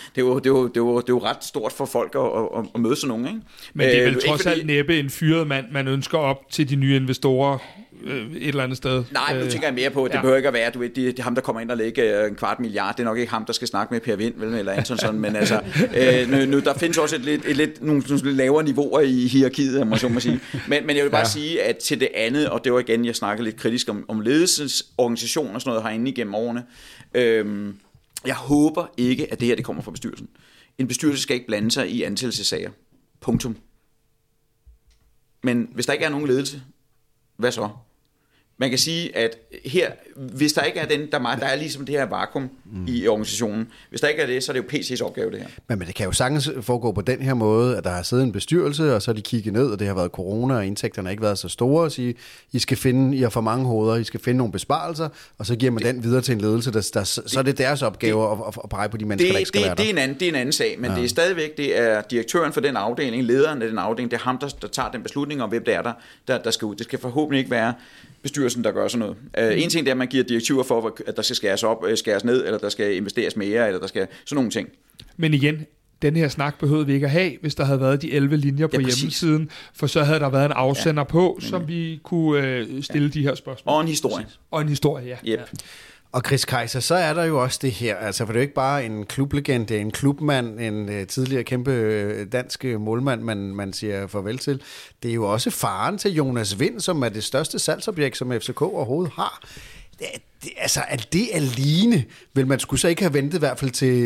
er jo ret stort for folk at møde sådan nogen, ikke? Men det er vel trods alt næppe en fyret mand, man ønsker op til de nye investorer et eller andet sted. Nej, nu tænker jeg mere på, at det behøver ikke at være, du ved, det er ham, der kommer ind og lægger 250 milliarder. Det er nok ikke ham, der skal snakke med Per Vind, vel, eller Antonsson, men altså, der findes også nogle lavere niveauer i hierarkiet, må jeg sige. Men jeg vil bare sige, at til det andet, og det var igen, jeg snakkede lidt kritisk om ledelsens organisation og sådan noget herinde igennem årene. Jeg håber ikke, at det her det kommer fra bestyrelsen. En bestyrelse skal ikke blande sig i ansættelsessager. Punktum. Men hvis der ikke er nogen ledelse, hvad så? Man kan sige, at her, hvis der ikke er den, der er ligesom det her vakuum i organisationen. Hvis der ikke er det, så er det jo PC's opgave, det her. Men det kan jo sagtens foregå på den her måde, at der har siddet en bestyrelse, og så er de kigget ned, og det har været corona, og indtægterne har ikke været så store, og sige, I har for mange hoveder, I skal finde nogle besparelser, og så giver man den videre til en ledelse, så er det deres opgave at pege på de mennesker, der ikke skal være der. Det er en anden sag, men det er stadigvæk, det er direktøren for den afdeling, lederen af den afdeling, det er ham, der tager den beslutning om, hvem det er, der skal ud. Det skal forhåbentlig ikke være bestyrelsen, der gør sådan noget. En ting det er, at man giver direktiver for, at der skal skæres ned, eller der skal investeres mere, eller der skal sådan nogle ting. Men igen, den her snak behøvede vi ikke at have, hvis der havde været de 11 linjer på hjemmesiden, for så havde der været en afsender på, som vi kunne stille de her spørgsmål. Og en historie. Og en historie, ja. Yep. Og Chris Kejser, så er der jo også det her, altså for det er jo ikke bare en klublegende, en klubmand, en tidligere kæmpe dansk målmand, man siger farvel til. Det er jo også faren til Jonas Vind, som er det største salgsobjekt, som FCK overhovedet har. Er det alene, vil man skulle så ikke have ventet i hvert fald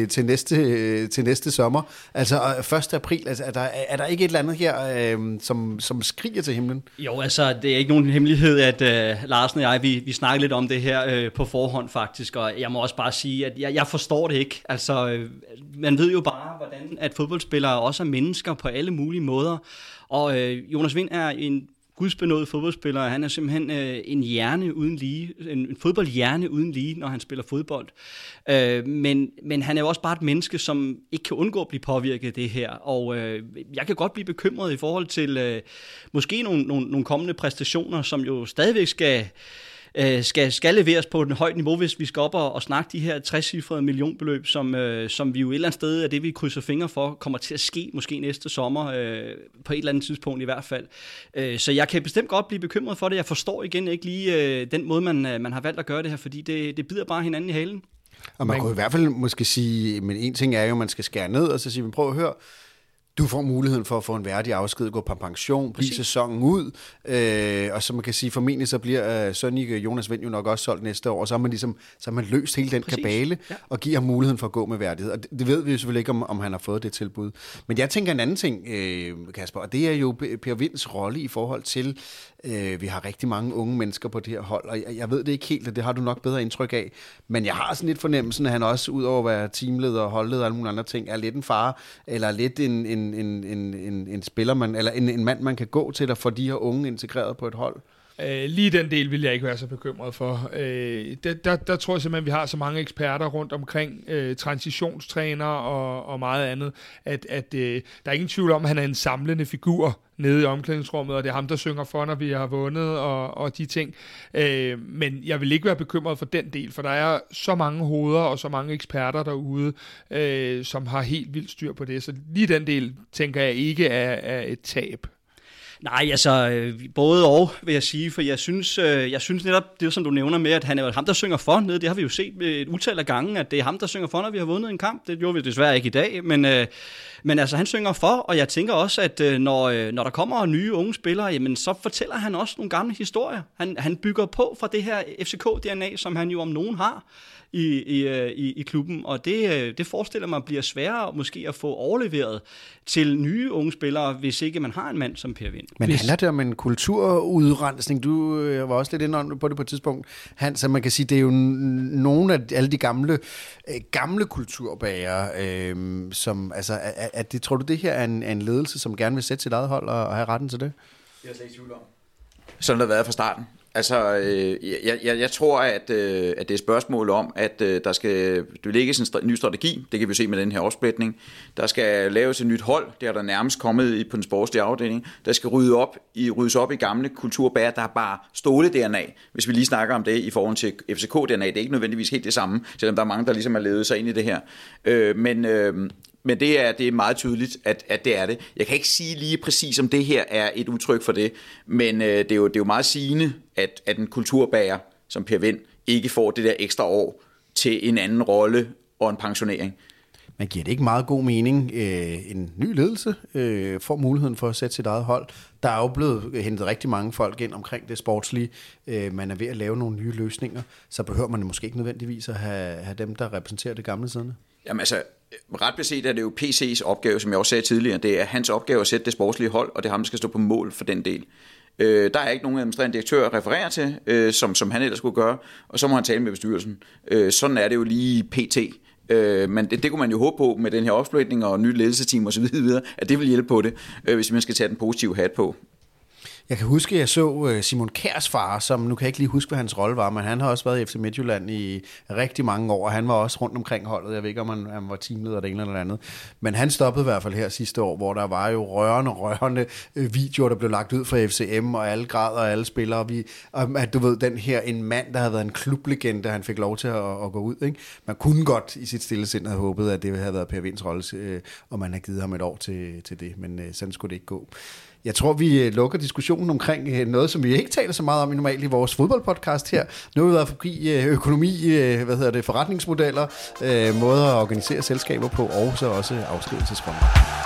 til næste sommer? Altså 1. april, altså, er der ikke et eller andet her, som skriger til himlen? Jo, altså det er ikke nogen hemmelighed, at Larsen og jeg, vi snakker lidt om det her på forhånd faktisk, og jeg må også bare sige, at jeg forstår det ikke. Altså man ved jo bare, hvordan at fodboldspillere også er mennesker på alle mulige måder, og Jonas Wind er en gudsbenådet fodboldspiller. Han er simpelthen en hjerne uden lige, en fodboldhjerne uden lige, når han spiller fodbold. Men han er jo også bare et menneske, som ikke kan undgå at blive påvirket af det her. Og jeg kan godt blive bekymret i forhold til måske nogle kommende præstationer, som jo stadigvæk skal leveres på et højt niveau, hvis vi skal op og snakke de her 60-cifrede millionbeløb, som vi jo et eller andet sted er det, vi krydser fingre for, kommer til at ske måske næste sommer, på et eller andet tidspunkt i hvert fald. Så jeg kan bestemt godt blive bekymret for det. Jeg forstår igen ikke lige den måde, man har valgt at gøre det her, fordi det bider bare hinanden i halen. Og man kunne i hvert fald måske sige, men en ting er jo, at man skal skære ned, og så sige, prøv at høre, du får muligheden for at få en værdig afsked, gå på pension, blive sæsonen ud, og så man kan sige, formentlig så bliver Sønneke Jonas Wind jo nok også solgt næste år, og så har man løst hele den kabale, og giver ham muligheden for at gå med værdighed. Og det ved vi jo selvfølgelig ikke, om han har fået det tilbud. Men jeg tænker en anden ting, Kasper, og det er jo Per Winds rolle i forhold til, vi har rigtig mange unge mennesker på det her hold, og jeg ved det ikke helt, og det har du nok bedre indtryk af, men jeg har sådan lidt fornemmelsen, at han også, udover at være teamleder og holdleder og alle mulige andre ting, er lidt en far, eller lidt en spiller, eller en mand, man kan gå til, der får de her unge integreret på et hold. Lige den del vil jeg ikke være så bekymret for. Der tror jeg simpelthen, at vi har så mange eksperter rundt omkring, transitionstræner og meget andet, at der er ingen tvivl om, at han er en samlende figur nede i omklædningsrummet, og det er ham, der synger for, når vi har vundet, og de ting. Men jeg vil ikke være bekymret for den del, for der er så mange hoveder og så mange eksperter derude, som har helt vildt styr på det. Så lige den del, tænker jeg ikke er et tab. Nej, altså både og, vil jeg sige, for jeg synes netop, det som du nævner med, at han er ham, der synger for nede, det har vi jo set et utal af gange, at det er ham, der synger for, når vi har vundet en kamp. Det gjorde vi desværre ikke i dag, men altså han synger for, og jeg tænker også, at når der kommer nye unge spillere, jamen så fortæller han også nogle gamle historier. Han bygger på fra det her FCK-DNA, som han jo om nogen har i klubben, og det forestiller mig bliver sværere måske at få overleveret til nye unge spillere, hvis ikke man har en mand som Per Wind. Men handler det om en kulturudrensning? Du var også lidt inde på det på et tidspunkt, Hans, så man kan sige, det er jo nogle af alle de gamle kulturbærere, som, altså, tror du det her er en ledelse, som gerne vil sætte sit eget hold og have retten til det? Det er slet ikke tvivl om. Sådan har det været fra starten. Altså, jeg tror, at det er et spørgsmål om, at der skal lægges en ny strategi. Det kan vi se med den her opsplitning. Der skal laves et nyt hold. Det er der nærmest kommet på den sportslige afdeling. Der skal ryddes op i gamle kulturbærer, der er bare ståle-DNA. Hvis vi lige snakker om det i forhold til FCK-DNA, det er ikke nødvendigvis helt det samme, selvom der er mange, der ligesom har levet sig ind i det her. Men det er meget tydeligt, at det er det. Jeg kan ikke sige lige præcis, om det her er et udtryk for det, men det er jo meget sigende, at en kulturbærer som Per Wind ikke får det der ekstra år til en anden rolle og en pensionering. Man giver det ikke meget god mening. En ny ledelse får muligheden for at sætte sit eget hold. Der er jo blevet hentet rigtig mange folk ind omkring det sportslige. Man er ved at lave nogle nye løsninger, så behøver man måske ikke nødvendigvis at have dem, der repræsenterer det gamle side. Jamen altså, ret beset er det jo PC's opgave, som jeg også sagde tidligere. Det er hans opgave at sætte det sportslige hold, og det er ham, der skal stå på mål for den del. Der er ikke nogen administrerende direktør at referere til, som han ellers skulle gøre, og så må han tale med bestyrelsen. Sådan er det jo lige pt. Men det kunne man jo håbe på med den her opsplitning og nye ledelseteam osv., at det vil hjælpe på det, hvis man skal tage den positive hat på. Jeg kan huske, at jeg så Simon Kjærs far, som nu kan jeg ikke lige huske, hvad hans rolle var, men han har også været i FC Midtjylland i rigtig mange år, og han var også rundt omkring holdet. Jeg ved ikke, om han var teamleder det ene eller andet. Men han stoppede i hvert fald her sidste år, hvor der var jo rørende videoer, der blev lagt ud fra FCM, og alle grader og alle spillere. At du ved, den her, en mand, der havde været en klublegende, han fik lov til at gå ud. Ikke? Man kunne godt i sit stille sind have håbet, at det havde været Per Winds rolle, og man havde givet ham et år til det, men sådan skulle det ikke gå. Jeg tror, vi lukker diskussionen omkring noget, som vi ikke taler så meget om normalt i vores fodboldpodcast her. Nu har vi været forbi økonomi, forretningsmodeller, måder at organisere selskaber på, og så også afskedelsesrunder.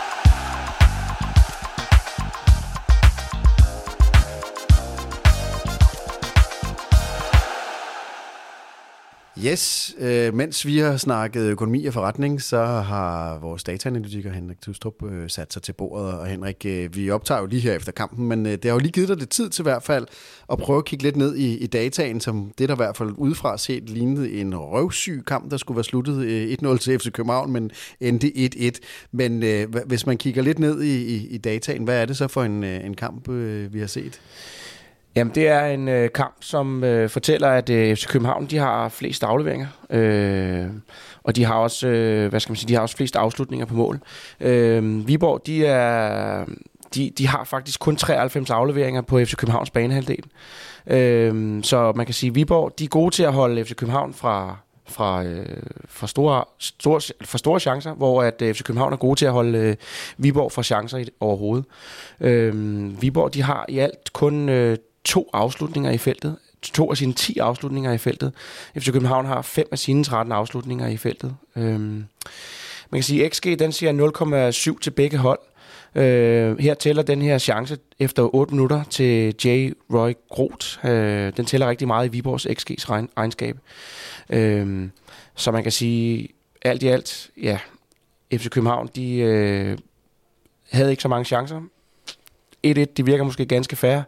Yes, mens vi har snakket økonomi og forretning, så har vores dataanalytiker Henrik Tustrup sat sig til bordet. Og Henrik, vi optager jo lige her efter kampen, men det har jo lige givet dig lidt tid til i hvert fald at prøve at kigge lidt ned i dataen, som det der i hvert fald udefra set lignede en røvsyg kamp, der skulle være sluttet 1-0 til FC København, men endte 1-1. Men hvis man kigger lidt ned i dataen, hvad er det så for en kamp, vi har set? Jamen, det er en kamp, som fortæller, at FC København, de har flest afleveringer, og de har også, de har også flest afslutninger på mål. Viborg, de har faktisk kun 93 afleveringer på FC Københavns banehalvdel. Så man kan sige, at Viborg, de er gode til at holde FC København for store chancer, hvor at FC København er gode til at holde Viborg for chancer overhovedet. Viborg, de har i alt kun 2 afslutninger i feltet. 2 af sine 10 afslutninger i feltet. FC København har 5 af sine 13 afslutninger i feltet. Man kan sige, at XG, den siger 0,7 til begge hold. Her tæller den her chance efter 8 minutter til J. Roy Groth. Den tæller rigtig meget i Viborgs XG's regnskab. Så man kan sige, alt i alt, ja, FC København, de havde ikke så mange chancer. 1-1, de virker måske ganske fair.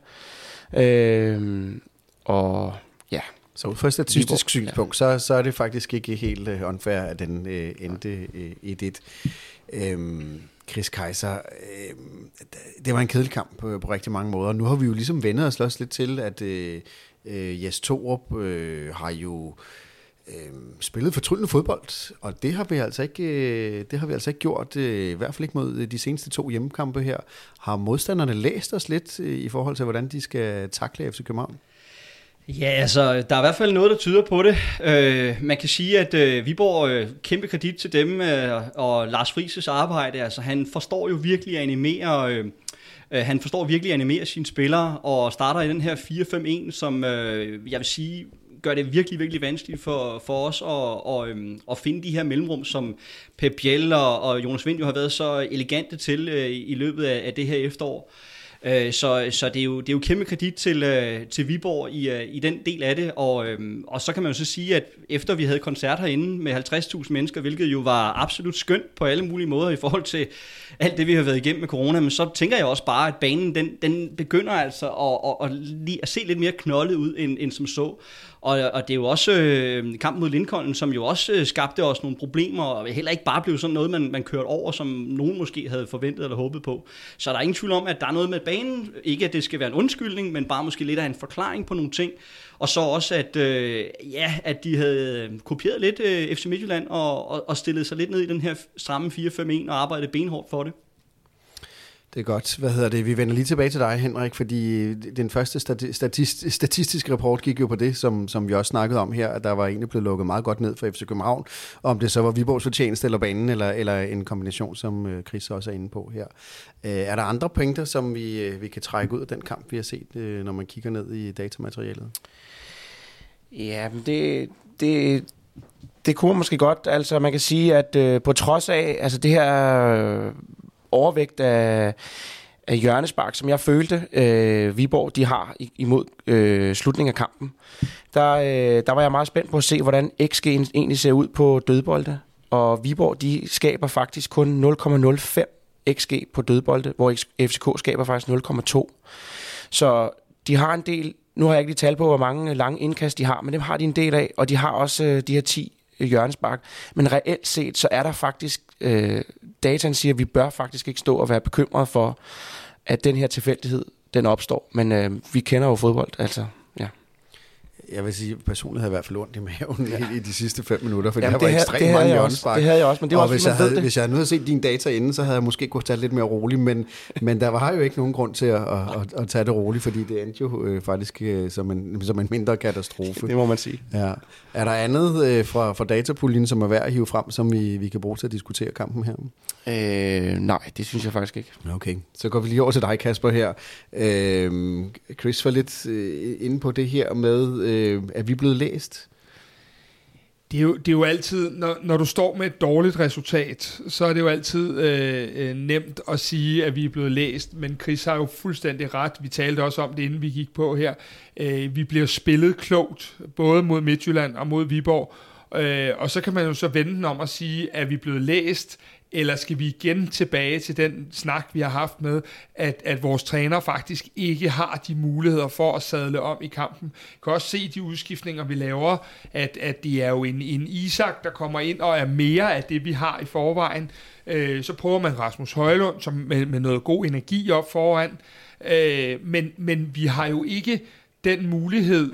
Og ja. Så ud fra et statistisk synspunkt, så er det faktisk ikke helt unfair, at den endte 1-1. Chris Kejser, det var en kedelig kamp på rigtig mange måder. Nu har vi jo ligesom vendet os også lidt til, at Jes Torup har jo spillet fortryllende fodbold, og det har vi altså ikke gjort, i hvert fald ikke mod de seneste 2 hjemmekampe her. Har modstanderne læst os lidt i forhold til, hvordan de skal takle FC København? Ja, altså, der er i hvert fald noget, der tyder på det. Man kan sige, at Viborg kæmpe kredit til dem og Lars Friis' arbejde. Altså, han forstår jo virkelig at animere sine spillere og starter i den her 4-5-1, som jeg vil sige gør det virkelig, virkelig vanskeligt for os at finde de her mellemrum, som Pep Biel og Jonas Vind jo har været så elegante til i løbet af det her efterår. Så det er jo kæmpe kredit til Viborg i den del af det, og så kan man jo så sige, at efter vi havde koncert herinde med 50.000 mennesker, hvilket jo var absolut skønt på alle mulige måder i forhold til alt det, vi har været igennem med corona, men så tænker jeg også bare, at banen den begynder altså at se lidt mere knoldet ud end som så. Og det er jo også kampen mod Lincoln, som jo også skabte os nogle problemer, og heller ikke bare blev sådan noget, man kørte over, som nogen måske havde forventet eller håbet på. Så der er ingen tvivl om, at der er noget med banen. Ikke at det skal være en undskyldning, men bare måske lidt af en forklaring på nogle ting. Og så også, at de havde kopieret lidt FC Midtjylland og stillet sig lidt ned i den her stramme 4-5-1 og arbejdet benhårdt for det. Det er godt. Vi vender lige tilbage til dig, Henrik, fordi den første statistiske rapport gik jo på det, som vi også snakkede om her, at der var egentlig blevet lukket meget godt ned for FC København, om det så var Viborgs fortjeneste eller banen, eller en kombination, som Chris også er inde på her. Er der andre pointer, som vi kan trække ud af den kamp, vi har set, når man kigger ned i datamaterialet? Ja, men det kunne måske godt. Altså man kan sige, at på trods af altså det her overvægt af hjørnespark, som jeg følte, Viborg de har imod slutningen af kampen, der var jeg meget spændt på at se, hvordan XG egentlig ser ud på dødbolde. Og Viborg, de skaber faktisk kun 0,05 XG på dødbolde, hvor FCK skaber faktisk 0,2. Så de har en del. Nu har jeg ikke lige tal på, hvor mange lange indkast de har, men dem har de en del af, og de har også de her 10 hjørnespark. Men reelt set, så er der faktisk, dataen siger, at vi bør faktisk ikke stå og være bekymrede for, at den her tilfældighed, den opstår. Men vi kender jo fodbold, altså, ja. Jeg vil sige, personligt havde jeg i hvert fald ondt i maven i de sidste 5 minutter, for jamen, der var ekstremt mange hjørnespark. Det havde jeg også, men det var også, hvis jeg nu havde set dine data inden, så havde jeg måske kunne tage lidt mere roligt, men der var jo ikke nogen grund til at tage det roligt, fordi det endte jo faktisk som en mindre katastrofe. Det må man sige. Ja. Er der andet fra datapuljen, som er værd at hive frem, som vi kan bruge til at diskutere kampen her? Nej, det synes jeg faktisk ikke. Okay, så går vi lige over til dig, Kasper, her. Chris var lidt inde på det her med, er vi blevet læst? Det er jo altid, når du står med et dårligt resultat, så er det jo altid nemt at sige, at vi er blevet læst, men Chris har jo fuldstændig ret. Vi talte også om det, inden vi gik på her. Vi bliver spillet klogt, både mod Midtjylland og mod Viborg, og så kan man jo så vende den om at sige, at vi er blevet læst, eller skal vi igen tilbage til den snak, vi har haft med, at vores træner faktisk ikke har de muligheder for at sadle om i kampen. Jeg kan også se de udskiftninger, vi laver, at det er jo en Isak, der kommer ind og er mere af det, vi har i forvejen. Så prøver man Rasmus Højlund som med noget god energi op foran. Men vi har jo ikke den mulighed,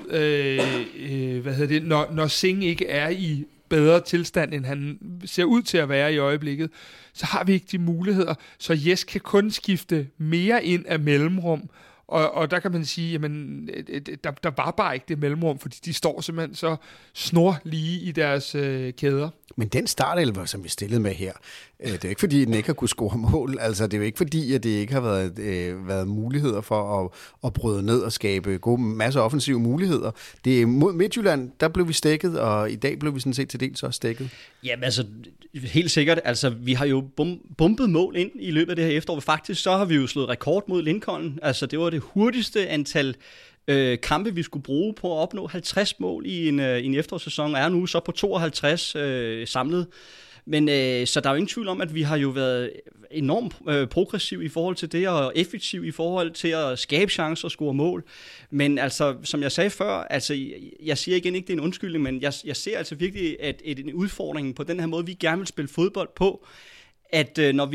når Singh ikke er i bedre tilstand, end han ser ud til at være i øjeblikket, så har vi ikke de muligheder. Så Jes kan kun skifte mere ind af mellemrum, og der kan man sige, jamen, der var bare ikke det mellemrum, fordi de står simpelthen så snorlige i deres kæder. Men den startelver, som vi stillede med her, det er jo ikke fordi, den ikke har kunne score mål. Altså, det er jo ikke fordi, at det ikke har været muligheder for at bryde ned og skabe gode masser af offensive muligheder. Det er mod Midtjylland, der blev vi stækket, og i dag blev vi sådan set til dels også stækket. Jamen altså, helt sikkert. Altså, vi har jo bumpet mål ind i løbet af det her efterår. Faktisk så har vi jo slået rekord mod Lincoln. Altså, det var det hurtigste antal kampe, vi skulle bruge på at opnå 50 mål i en efterårssæson, og er nu så på 52 samlet. Men så der er jo ingen tvivl om, at vi har jo været enormt progressiv i forhold til det, og effektiv i forhold til at skabe chancer og score mål. Men altså, som jeg sagde før, altså, jeg siger igen ikke, det er en undskyldning, men jeg ser altså virkelig, at en udfordring på den her måde, vi gerne vil spille fodbold på, at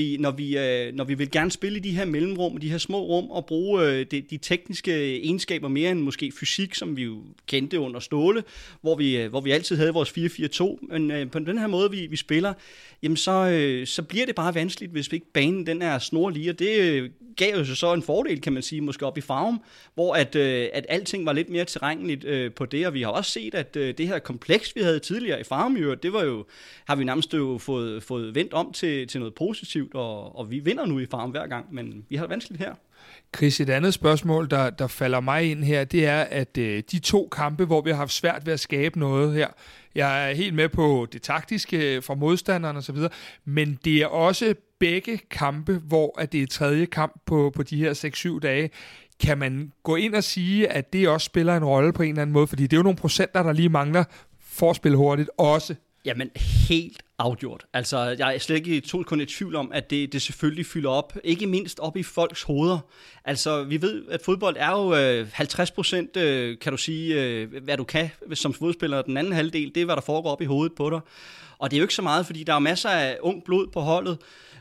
når vi vil gerne spille i de her mellemrum, de her små rum, og bruge de tekniske egenskaber mere end måske fysik, som vi jo kendte under Ståle, hvor vi altid havde vores 4-4-2, men på den her måde, vi spiller, jamen så bliver det bare vanskeligt, hvis vi ikke banen den er snorlige, og det gav jo så en fordel, kan man sige, måske op i Farum, hvor at alting var lidt mere tilregneligt på det, og vi har også set, at det her kompleks, vi havde tidligere i Farum, det var jo, har vi nærmest jo fået vendt om til noget positivt, og vi vinder nu i Farum hver gang, men vi har det vanskeligt her. Chris, et andet spørgsmål, der falder mig ind her, det er, at de 2 kampe, hvor vi har haft svært ved at skabe noget her, jeg er helt med på det taktiske fra modstanderen osv., men det er også begge kampe, hvor at det er 3. kamp på de her 6-7 dage. Kan man gå ind og sige, at det også spiller en rolle på en eller anden måde? Fordi det er jo nogle procenter, der lige mangler for at spille hurtigt også. Jamen, helt afgjort. Altså, jeg er slet ikke kun i tvivl om, at det selvfølgelig fylder op. Ikke mindst op i folks hoveder. Altså, vi ved, at fodbold er jo 50%, kan du sige, hvad du kan som fodspiller. Den anden halvdel, det er, hvad der foregår op i hovedet på dig. Og det er jo ikke så meget, fordi der er masser af ung blod på holdet.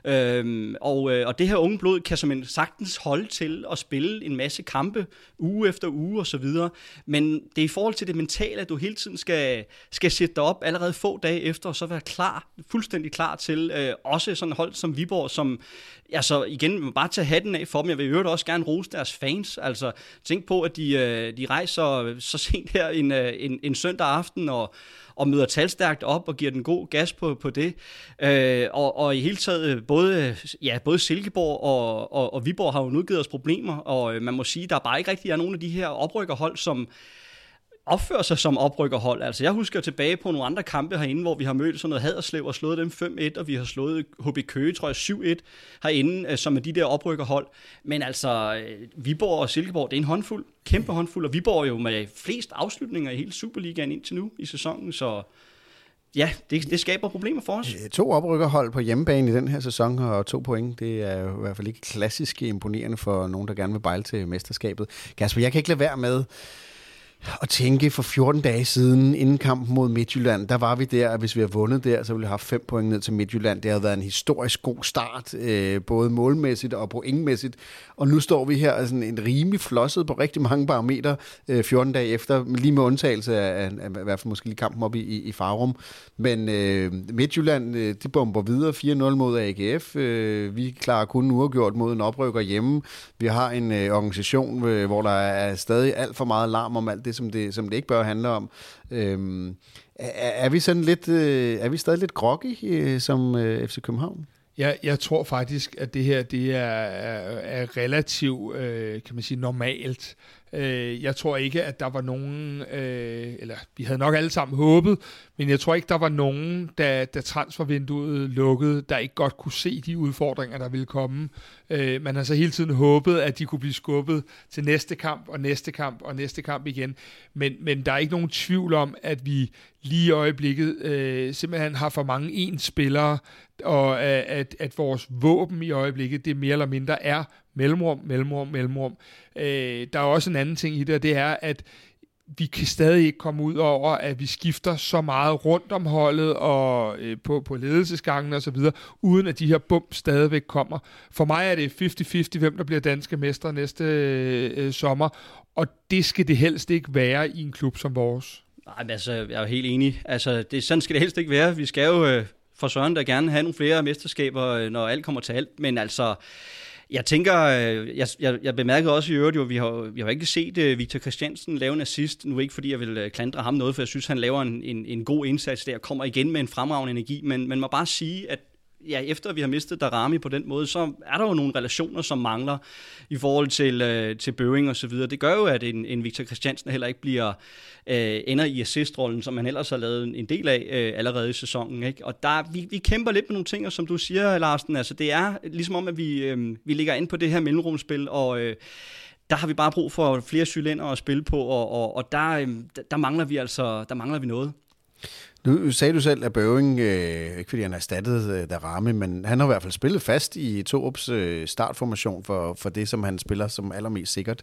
Og det her unge blod kan som sagtens holde til at spille en masse kampe uge efter uge og så videre, men det er i forhold til det mentale, at du hele tiden skal sætte dig op allerede få dage efter, og så være fuldstændig klar til også sådan et hold som Viborg, som altså igen, bare tage hatten af for dem. Jeg vil jo også gerne rose deres fans. Altså tænk på, at de rejser så sent her en søndag aften og møder talstærkt op og giver den god gas på det. Og i hele taget, både Silkeborg og Viborg har jo nu givet os problemer, og man må sige, der bare ikke rigtig er nogen af de her oprykkerhold, som opfører sig som oprykkerhold. Altså jeg husker tilbage på nogle andre kampe herinde, hvor vi har mødt sådan noget Haderslev og slået dem 5-1, og vi har slået HB Køge, tror jeg, 7-1 herinde, som er de der oprykkerhold. Men altså, Viborg og Silkeborg, det er en håndfuld, kæmpe håndfuld, og Viborg er jo med flest afslutninger i hele Superligaen indtil nu i sæsonen, så ja, det skaber problemer for os. 2 oprykkerhold på hjemmebane i den her sæson, og 2 point, det er jo i hvert fald ikke klassisk imponerende for nogen, der gerne vil bejle til mesterskabet. Kasper, jeg kan ikke lade være med at tænke, for 14 dage siden, inden kampen mod Midtjylland, der var vi der, at hvis vi har vundet der, så ville vi have 5 point ned til Midtjylland. Det havde været en historisk god start, både målmæssigt og pointmæssigt. Og nu står vi her sådan en rimelig flosset på rigtig mange parametre 14 dage efter, lige med undtagelse af i hvert fald måske lige kampen op i Farum. Men Midtjylland, de bomber videre 4-0 mod AGF. Vi klarer kun uafgjort mod en oprykker hjemme. Vi har en organisation, hvor der er stadig alt for meget larm om alt det, som det ikke bør handle om. Er vi sådan lidt, er vi stadig lidt groggy som FC København? Jeg tror faktisk, at det her det er relativt, kan man sige, normalt. Jeg tror ikke, at der var nogen, eller vi havde nok alle sammen håbet, men jeg tror ikke, der var nogen, da transfervinduet lukkede, der ikke godt kunne se de udfordringer, der ville komme. Man har så hele tiden håbet, at de kunne blive skubbet til næste kamp og næste kamp og næste kamp igen. Men der er ikke nogen tvivl om, at vi lige i øjeblikket simpelthen har for mange ens spillere, og at vores våben i øjeblikket, det mere eller mindre er mellemrum. Der er også en anden ting i det, og det er, at vi kan stadig ikke komme ud over, at vi skifter så meget rundt om holdet og på ledelsesgangen og så videre, uden at de her bump stadigvæk kommer. For mig er det 50-50, hvem der bliver danske mestre næste sommer, og det skal det helst ikke være i en klub som vores. Nej, altså, jeg er jo helt enig. Altså, sådan skal det helst ikke være. Vi skal jo for søren da gerne have nogle flere mesterskaber, når alt kommer til alt, men altså, jeg tænker, jeg bemærkede også i øvrigt, jo, vi har ikke set Victor Christiansen lave en assist, nu ikke fordi jeg vil klandre ham noget, for jeg synes, han laver en god indsats der, kommer igen med en fremragende energi, men man må bare sige, at ja, efter vi har mistet Daramy på den måde, så er der jo nogle relationer, som mangler i forhold til Bøving og så videre. Det gør jo, at en Victor Christiansen heller ikke ender i assistrollen, som han ellers har lavet en del af allerede i sæsonen. Ikke? Og vi kæmper lidt med nogle ting, og som du siger, Larsen, altså det er ligesom om, at vi ligger ind på det her mellemrumspil, og der har vi bare brug for flere cylinder at spille på, og der mangler vi noget. Nu sagde du selv, at Bøving, ikke fordi han erstattede Daramy, men han har i hvert fald spillet fast i Torups startformation for det, som han spiller som allermest sikkert.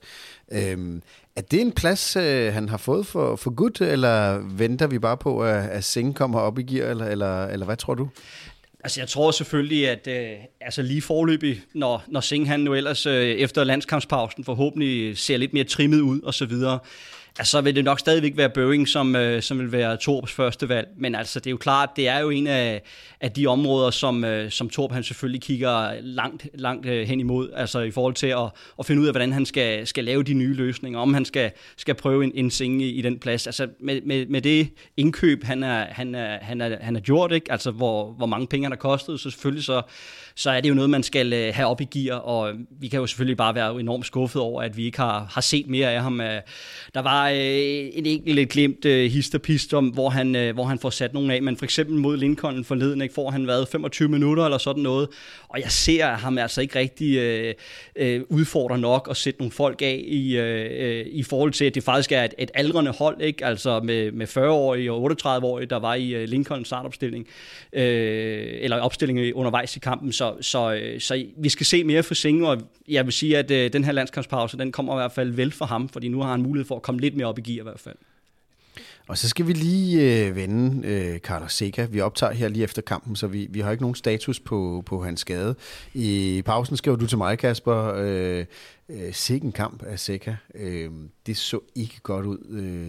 Er det en plads, han har fået for godt, eller venter vi bare på, at Singh kommer op i gear, eller hvad tror du? Altså jeg tror selvfølgelig, at lige forløbig, når Singh han nu ellers efter landskampspausen forhåbentlig ser lidt mere trimmet ud og så videre, altså, så vil det nok stadigvæk være Bøving, som vil være Torups første valg. Men altså, det er jo klart, det er jo en af de områder, som Torup han selvfølgelig kigger langt hen imod. Altså i forhold til at finde ud af, hvordan han skal lave de nye løsninger. Om han skal prøve en Singh i den plads. Altså med det indkøb, han har gjort, ikke? Altså hvor mange penge han har kostet, så selvfølgelig så er det jo noget, man skal have op i gear, og vi kan jo selvfølgelig bare være enormt skuffet over, at vi ikke har set mere af ham. Der var en enkelt glimt hist om, hvor han får sat nogen af, men for eksempel mod Lincoln forleden, ikke, får han været 25 minutter eller sådan noget, og jeg ser ham altså ikke rigtig udfordre nok at sætte nogle folk af i forhold til, at det faktisk er et aldrende hold, ikke? Altså med 40-årige og 38-årige, der var i Lincolns startopstilling, eller opstilling undervejs i kampen, så vi skal se mere for Singh, og jeg vil sige, at den her landskampspause, den kommer i hvert fald vel for ham, fordi nu har han mulighed for at komme lidt mere op i gear i hvert fald. Og så skal vi lige vende Carlos Zeca. Vi optager her lige efter kampen, så vi har ikke nogen status på hans skade. I pausen skrev du til mig, Kasper, sikken kamp af Zeca. Det så ikke godt ud,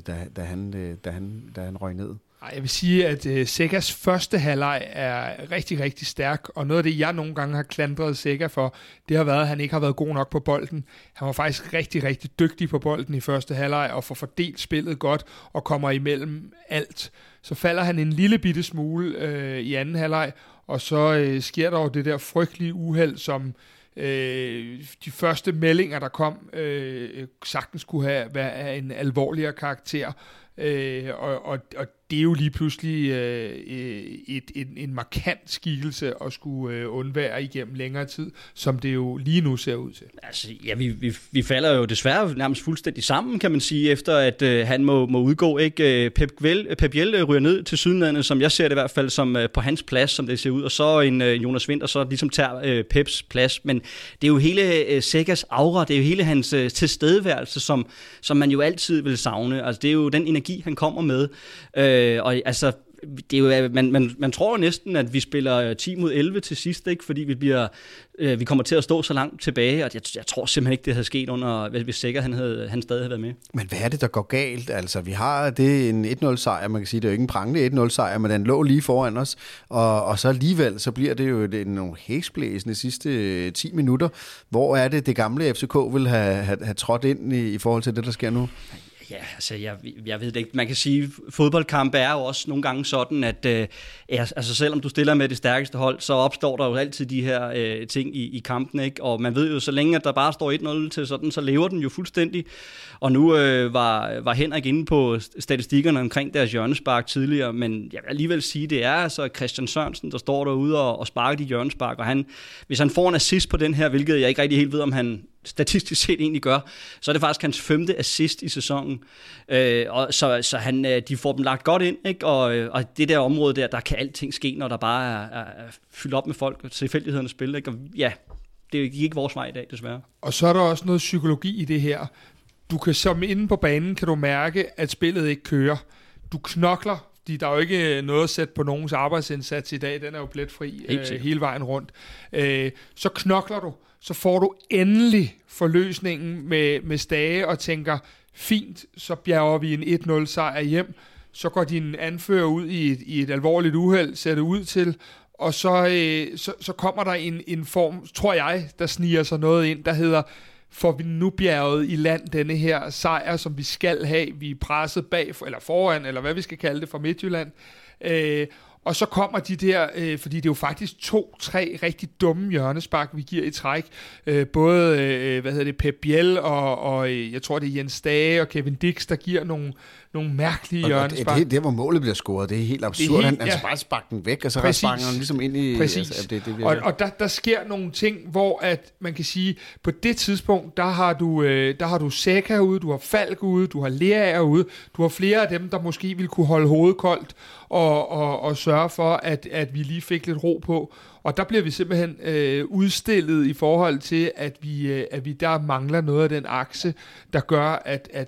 da han røg ned. Jeg vil sige, at Zecas første halvleg er rigtig, rigtig stærk, og noget af det, jeg nogle gange har klandret Zeca for, det har været, at han ikke har været god nok på bolden. Han var faktisk rigtig, rigtig dygtig på bolden i første halvleg, og får fordelt spillet godt, og kommer imellem alt. Så falder han en lille bitte smule i anden halvleg, og så sker der jo det der frygtelige uheld, som de første meldinger, der kom, sagtens kunne have en alvorligere karakter. Og det er jo lige pludselig en markant skikkelse at skulle undvære igennem længere tid, som det jo lige nu ser ud til. Altså, ja, vi falder jo desværre nærmest fuldstændig sammen, kan man sige, efter at han må udgå. Ikke? Pep Biel ryger ned til Sydlandet, som jeg ser det i hvert fald, som på hans plads, som det ser ud, og så en Jonas Winter, så ligesom tager Peps plads. Men det er jo hele Zecas aura, det er jo hele hans tilstedeværelse, som man jo altid vil savne. Altså, det er jo den energi, han kommer med. Og altså, det er jo, man tror næsten, at vi spiller 10 mod 11 til sidst, ikke? Fordi vi kommer til at stå så langt tilbage, og jeg tror simpelthen ikke, det havde sket under, hvis Zeca han stadig havde været med. Men hvad er det, der går galt? Altså, vi har det en 1-0-sejr, man kan sige, det er jo ikke en prangende 1-0-sejr, men den lå lige foran os, og så alligevel, så bliver det jo nogle hæsblæsende sidste 10 minutter. Hvor er det gamle FCK vil have trådt ind i forhold til det, der sker nu? Ja, altså jeg ved det ikke. Man kan sige, at fodboldkampe er jo også nogle gange sådan, at altså selvom du stiller med det stærkeste hold, så opstår der jo altid de her ting i kampen, ikke? Og man ved jo, så længe at der bare står 1-0 til sådan, så lever den jo fuldstændig. Og nu var Henrik inde på statistikkerne omkring deres hjørnespark tidligere, men jeg vil alligevel sige, det er altså Christian Sørensen, der står derude og sparker de hjørnespark, og hvis han får en assist på den her, hvilket jeg ikke rigtig helt ved, om han statistisk set egentlig gør, så er det faktisk hans 5. assist i sæsonen. Så de får dem lagt godt ind, ikke? Og det der område der kan alting ske, når der bare er fyldt op med folk, og tilfældighederne spiller, ikke? Og ja, det gik ikke vores vej i dag, desværre. Og så er der også noget psykologi i det her. Du kan som inde på banen, kan du mærke, at spillet ikke kører. Du knokler, fordi der er jo ikke noget at sætte på nogens arbejdsindsats i dag, den er jo pletfri hele vejen rundt. Så knokler du, så får du endelig forløsningen med Stage og tænker, fint, så bjerger vi en 1-0 sejr hjem, så går din anfører ud i et alvorligt uheld, ser det ud til, og så kommer der en form, tror jeg, der sniger sig noget ind, der hedder, får vi nu bjerget i land denne her sejr, som vi skal have, vi er presset bag, eller foran, eller hvad vi skal kalde det, fra Midtjylland, og så kommer de der, fordi det er jo faktisk 2-3 rigtig dumme hjørnespark, vi giver i træk. Både, Pep Biel og jeg tror det er Jens Stage og Kevin Dix, der giver nogle mærkelige hjørnespark. Det er hvor målet bliver scoret, det er helt absurd. Han bare sparker den væk, og så sparker han ligesom ind i... Præcis. Altså, og der sker nogle ting, hvor at man kan sige, på det tidspunkt, der har du Sækker ude, du har Falk ude, du har Lerager ude, du har flere af dem, der måske ville kunne holde hovedet koldt og sørge for, at vi lige fik lidt ro på. Og der bliver vi simpelthen udstillet i forhold til, at vi der mangler noget af den akse, der gør,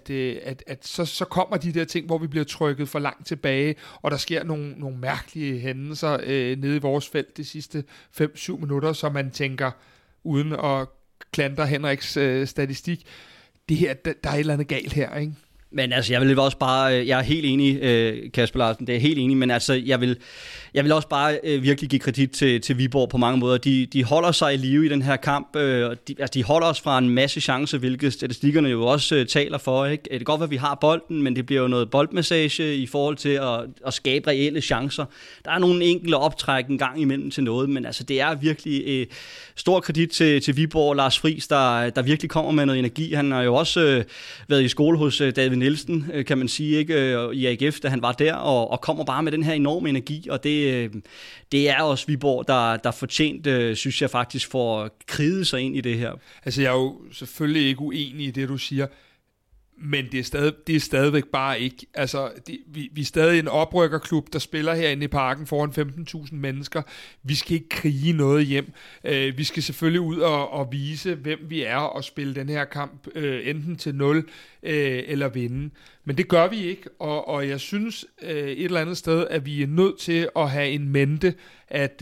at så kommer de der ting, hvor vi bliver trykket for langt tilbage, og der sker nogle mærkelige hændelser nede i vores felt de sidste 5-7 minutter, så man tænker, uden at klandre Henriks statistik, det her, der er et eller andet galt her, ikke? Men altså, jeg vil også bare, jeg er helt enig, Kasper Larsen, det er helt enig, men altså, jeg vil også bare virkelig give kredit til Viborg på mange måder. De holder sig i live i den her kamp, de holder os fra en masse chancer, hvilket statistikkerne jo også taler for, ikke? Det kan godt være, at vi har bolden, men det bliver jo noget boldmassage i forhold til at skabe reelle chancer. Der er nogle enkelte optræk en gang imellem til noget, men altså, det er virkelig stor kredit til Viborg og Lars Friis, der virkelig kommer med noget energi. Han har jo også været i skole hos David Nielsen, kan man sige, ikke, i AGF, da han var der, og kommer bare med den her enorme energi, og det er også Viborg, der fortjent, synes jeg faktisk, for at kride sig ind i det her. Altså, jeg er jo selvfølgelig ikke uenig i det, du siger, men det er stadigvæk bare ikke. Altså, vi er stadig en oprykkerklub, der spiller herinde i parken foran 15.000 mennesker. Vi skal ikke krige noget hjem. Vi skal selvfølgelig ud og vise, hvem vi er, og spille den her kamp enten til 0 eller vinde. Men det gør vi ikke, og jeg synes et eller andet sted, at vi er nødt til at have en mente, at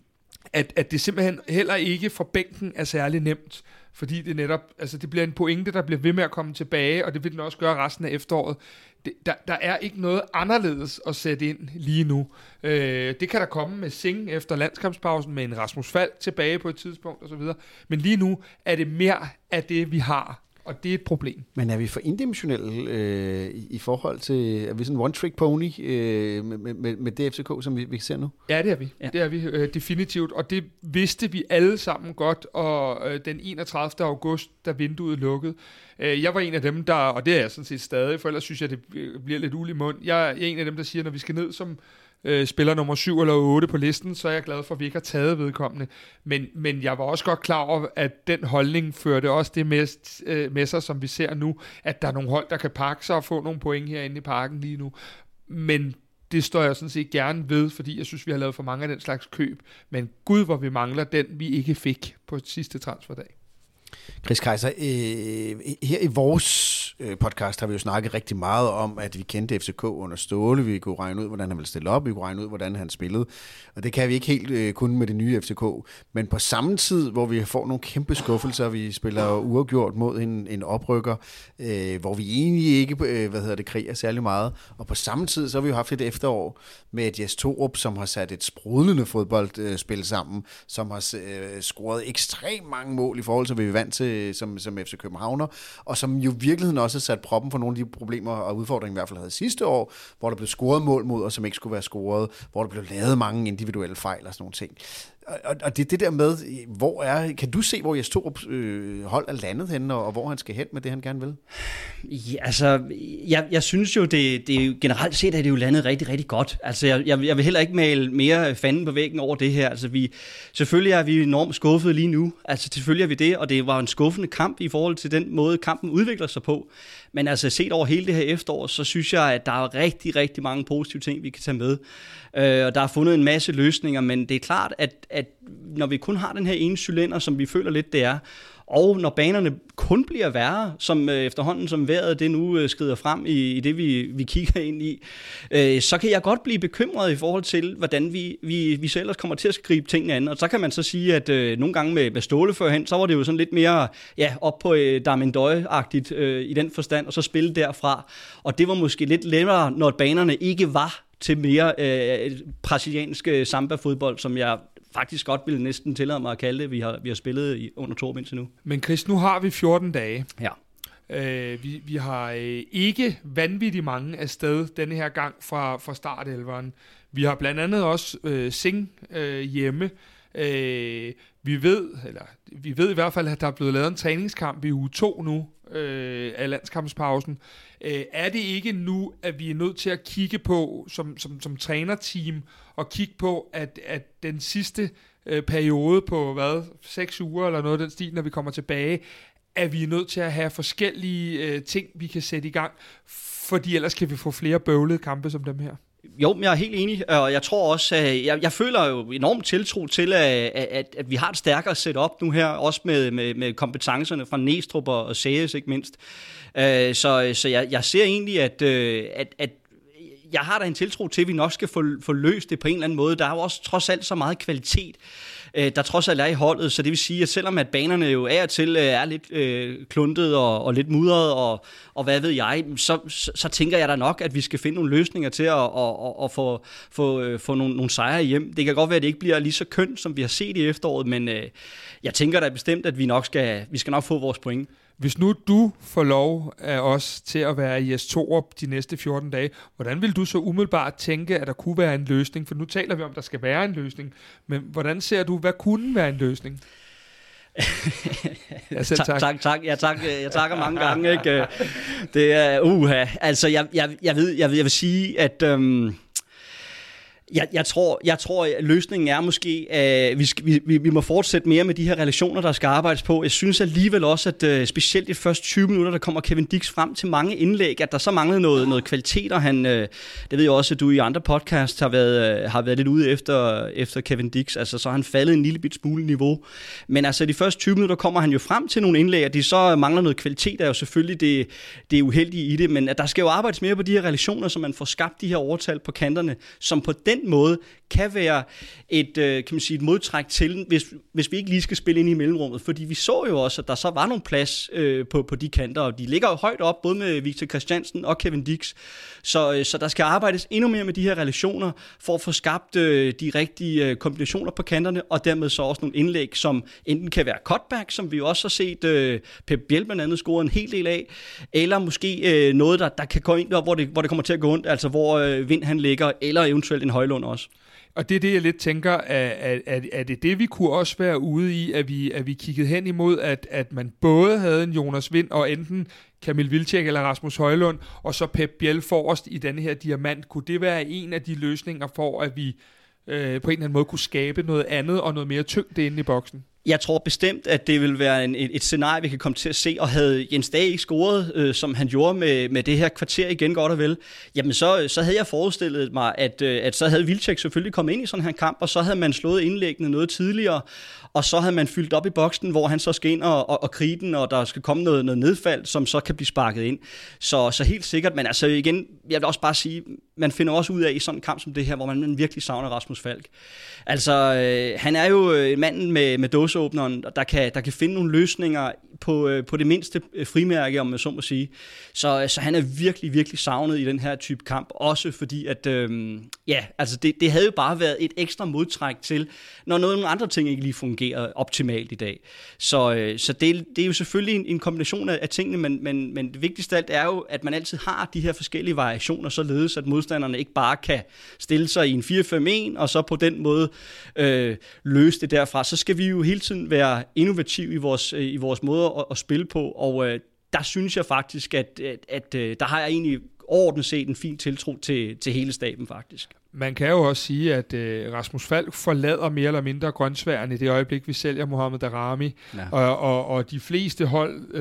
det simpelthen heller ikke fra bænken er særlig nemt. Fordi det netop, altså det bliver en pointe, der bliver ved med at komme tilbage, og det vil den også gøre resten af efteråret. Der er ikke noget anderledes at sætte ind lige nu. Det kan der komme med Sing efter landskampspausen, med en Rasmus Falk tilbage på et tidspunkt osv. Men lige nu er det mere af det, vi har. Og det er et problem. Men er vi for indimensionelle i forhold til, er vi sådan en one-trick pony med det FCK, som vi ser nu? Ja, det er vi. Ja. Det er vi definitivt, og det vidste vi alle sammen godt, og den 31. august, da vinduet lukkede. Jeg var en af dem, der, og det er jeg sådan set stadig, for ellers synes jeg, det bliver lidt uld i mund. Jeg er en af dem, der siger, når vi skal ned som spiller nummer 7 eller 8 på listen, så er jeg glad for, at vi ikke har taget vedkommende. Men jeg var også godt klar over, at den holdning førte også det med sig, som vi ser nu, at der er nogle hold, der kan pakke sig og få nogle point herinde i parken lige nu. Men det står jeg sådan set gerne ved, fordi jeg synes, vi har lavet for mange af den slags køb. Men gud, hvor vi mangler den, vi ikke fik på sidste transferdag. Chris Kejser, her i vores podcast har vi jo snakket rigtig meget om, at vi kendte FCK under Ståle. Vi kunne regne ud, hvordan han ville stille op. Vi kunne regne ud, hvordan han spillede. Og det kan vi ikke helt kun med det nye FCK. Men på samme tid, hvor vi får nogle kæmpe skuffelser, vi spiller uafgjort mod en oprykker, hvor vi egentlig ikke kriger særlig meget. Og på samme tid, så har vi jo haft et efterår med et Jes Torup, som har sat et sprudlende fodboldspil sammen, som har scoret ekstremt mange mål i forhold til, hvad vi vant til som FC Københavner, og som jo i virkeligheden også også sat proppen for nogle af de problemer og udfordringer, i hvert fald havde sidste år, hvor der blev scoret mål mod, og som ikke skulle være scoret, hvor der blev lavet mange individuelle fejl og sådan nogle ting. Og det der med, kan du se, hvor Jes Torup hold er landet henne, og hvor han skal hen med det, han gerne vil? Ja, altså, jeg synes jo, det er jo, generelt set, at det er jo landet rigtig, rigtig godt. Altså, jeg vil heller ikke male mere fanden på væggen over det her. Altså, selvfølgelig er vi enormt skuffede lige nu. Altså, selvfølgelig er vi det, og det var en skuffende kamp i forhold til den måde, kampen udvikler sig på. Men altså, set over hele det her efterår, så synes jeg, at der er rigtig, rigtig mange positive ting, vi kan tage med. Og der er fundet en masse løsninger, men det er klart, at når vi kun har den her ene cylinder, som vi føler lidt, det er, og når banerne kun bliver værre, som efterhånden som vejret det nu skrider frem i det, vi kigger ind i, så kan jeg godt blive bekymret i forhold til, hvordan vi så ellers kommer til at skrive tingene an. Og så kan man så sige, at nogle gange med Ståle førhen, så var det jo sådan lidt mere op på Darmindøje-agtigt i den forstand, og så spille derfra. Og det var måske lidt lettere, når banerne ikke var til mere brasiliansk samba-fodbold, som jeg faktisk godt ville næsten tillade mig at kalde det, vi har spillet under Torup indtil nu. Men Chris, nu har vi 14 dage. Ja. Vi har ikke vanvittigt mange afsted denne her gang fra startelveren. Vi har blandt andet også Sing hjemme. Vi ved i hvert fald, at der er blevet lavet en træningskamp i uge 2 nu af landskampspausen. Er det ikke nu, at vi er nødt til at kigge på som trænerteam og kigge på, at den sidste periode på 6 uger eller noget af den stil, når vi kommer tilbage, at vi er nødt til at have forskellige ting, vi kan sætte i gang, fordi ellers kan vi få flere bøvlede kampe som dem her? Jo, jeg er helt enig, og jeg tror også, jeg føler jo enormt tiltro til, at vi har et stærkere setup nu her, også med kompetencerne fra Næstrup og Sages ikke mindst. Så jeg ser egentlig, at jeg har da en tiltro til, at vi nok skal få løst det på en eller anden måde. Der er jo også trods alt så meget kvalitet, der trods alt er i holdet, så det vil sige, at selvom at banerne jo af og til er lidt kluntet og lidt mudret, og hvad ved jeg, så tænker jeg da nok, at vi skal finde nogle løsninger til at få nogle sejre hjem. Det kan godt være, at det ikke bliver lige så kønt, som vi har set i efteråret, men jeg tænker da bestemt, at vi skal nok få vores point. Hvis nu du får lov af os til at være i Jes Torup de næste 14 dage, hvordan vil du så umiddelbart tænke, at der kunne være en løsning? For nu taler vi om, at der skal være en løsning. Men hvordan ser du, hvad kunne være en løsning? Tak. Jeg takker mange gange. Ikke? Det er altså jeg vil sige, at Jeg tror, at løsningen er måske, at vi må fortsætte mere med de her relationer, der skal arbejdes på. Jeg synes alligevel også, at specielt de første 20 minutter, der kommer Kevin Dix frem til mange indlæg, at der så mangler noget kvalitet, og det ved jeg også, at du i andre podcasts har været lidt ude efter Kevin Dix. Altså, så har han faldet en lille bit smule niveau. Men altså, de første 20 minutter kommer han jo frem til nogle indlæg, og de så mangler noget kvalitet, er jo selvfølgelig det uheldige i det, men at der skal jo arbejdes mere på de her relationer, så man får skabt de her overtal på kanterne, som på den måde kan være et modtræk til, hvis vi ikke lige skal spille ind i mellemrummet, fordi vi så jo også, at der så var nogle plads på de kanter, og de ligger jo højt op, både med Victor Christiansen og Kevin Dix, så der skal arbejdes endnu mere med de her relationer, for at få skabt de rigtige kombinationer på kanterne, og dermed så også nogle indlæg, som enten kan være cutback, som vi jo også har set Pep Biel blandt andet score en hel del af, eller måske noget, der kan gå ind, hvor det kommer til at gå ondt, altså hvor Vind han ligger, eller eventuelt en Højlund også. Og det er det, jeg lidt tænker, er det vi kunne også være ude i, at vi kiggede hen imod, at man både havde en Jonas Vind og enten Kamil Vilcek eller Rasmus Højlund, og så Pep Biel forrest i denne her diamant. Kunne det være en af de løsninger for, at vi på en eller anden måde kunne skabe noget andet og noget mere tyngde inde i boksen? Jeg tror bestemt, at det vil være et scenarie, vi kan komme til at se, og havde Jens Dage ikke scoret, som han gjorde med det her kvarter igen godt og vel, jamen så havde jeg forestillet mig, at så havde Vilcek selvfølgelig kommet ind i sådan her kamp, og så havde man slået indlæggene noget tidligere, og så havde man fyldt op i boksen, hvor han så skal ind og krige den, og der skal komme noget nedfald, som så kan blive sparket ind. Så helt sikkert, men altså igen, jeg vil også bare sige, man finder også ud af i sådan en kamp som det her, hvor man virkelig savner Rasmus Falk. Altså, han er jo manden med dåse kassåbneren, der kan finde nogle løsninger på det mindste frimærke, om man så må sige. Så han er virkelig, virkelig savnet i den her type kamp, også fordi at, altså det havde jo bare været et ekstra modtræk til, når nogle andre ting ikke lige fungerer optimalt i dag. Så det er jo selvfølgelig en kombination af tingene, men det vigtigste af alt er jo, at man altid har de her forskellige variationer, således at modstanderne ikke bare kan stille sig i en 4-5-1, og så på den måde løse det derfra. Så skal vi jo hele tiden være innovative i vores måde at spille på, og der synes jeg faktisk, at der har jeg egentlig overordnet set en fin tiltro til hele staben faktisk. Man kan jo også sige, at Rasmus Falk forlader mere eller mindre grøntsværen i det øjeblik, vi sælger Mohamed Daramy, ja. og de fleste hold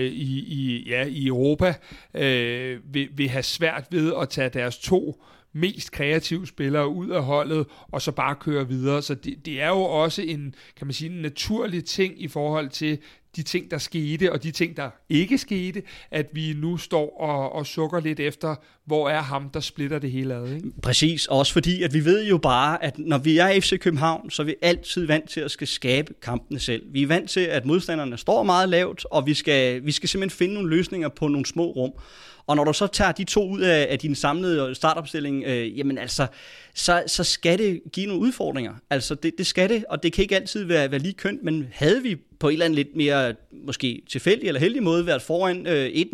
i Europa vil have svært ved at tage deres 2 mest kreative spillere ud af holdet, og så bare køre videre. Så det er jo også en naturlig ting i forhold til de ting, der skete, og de ting, der ikke skete, at vi nu står og sukker lidt efter, hvor er ham, der splitter det hele ad. Ikke? Præcis, også fordi, at vi ved jo bare, at når vi er FC København, så er vi altid vant til at skal skabe kampene selv. Vi er vant til, at modstanderne står meget lavt, og vi skal simpelthen finde nogle løsninger på nogle små rum. Og når du så tager de 2 ud af din samlede startopstilling, jamen altså, så skal det give nogle udfordringer. Altså det skal det, og det kan ikke altid være lige kønt, men havde vi på en eller anden lidt mere måske tilfældig eller heldig måde været foran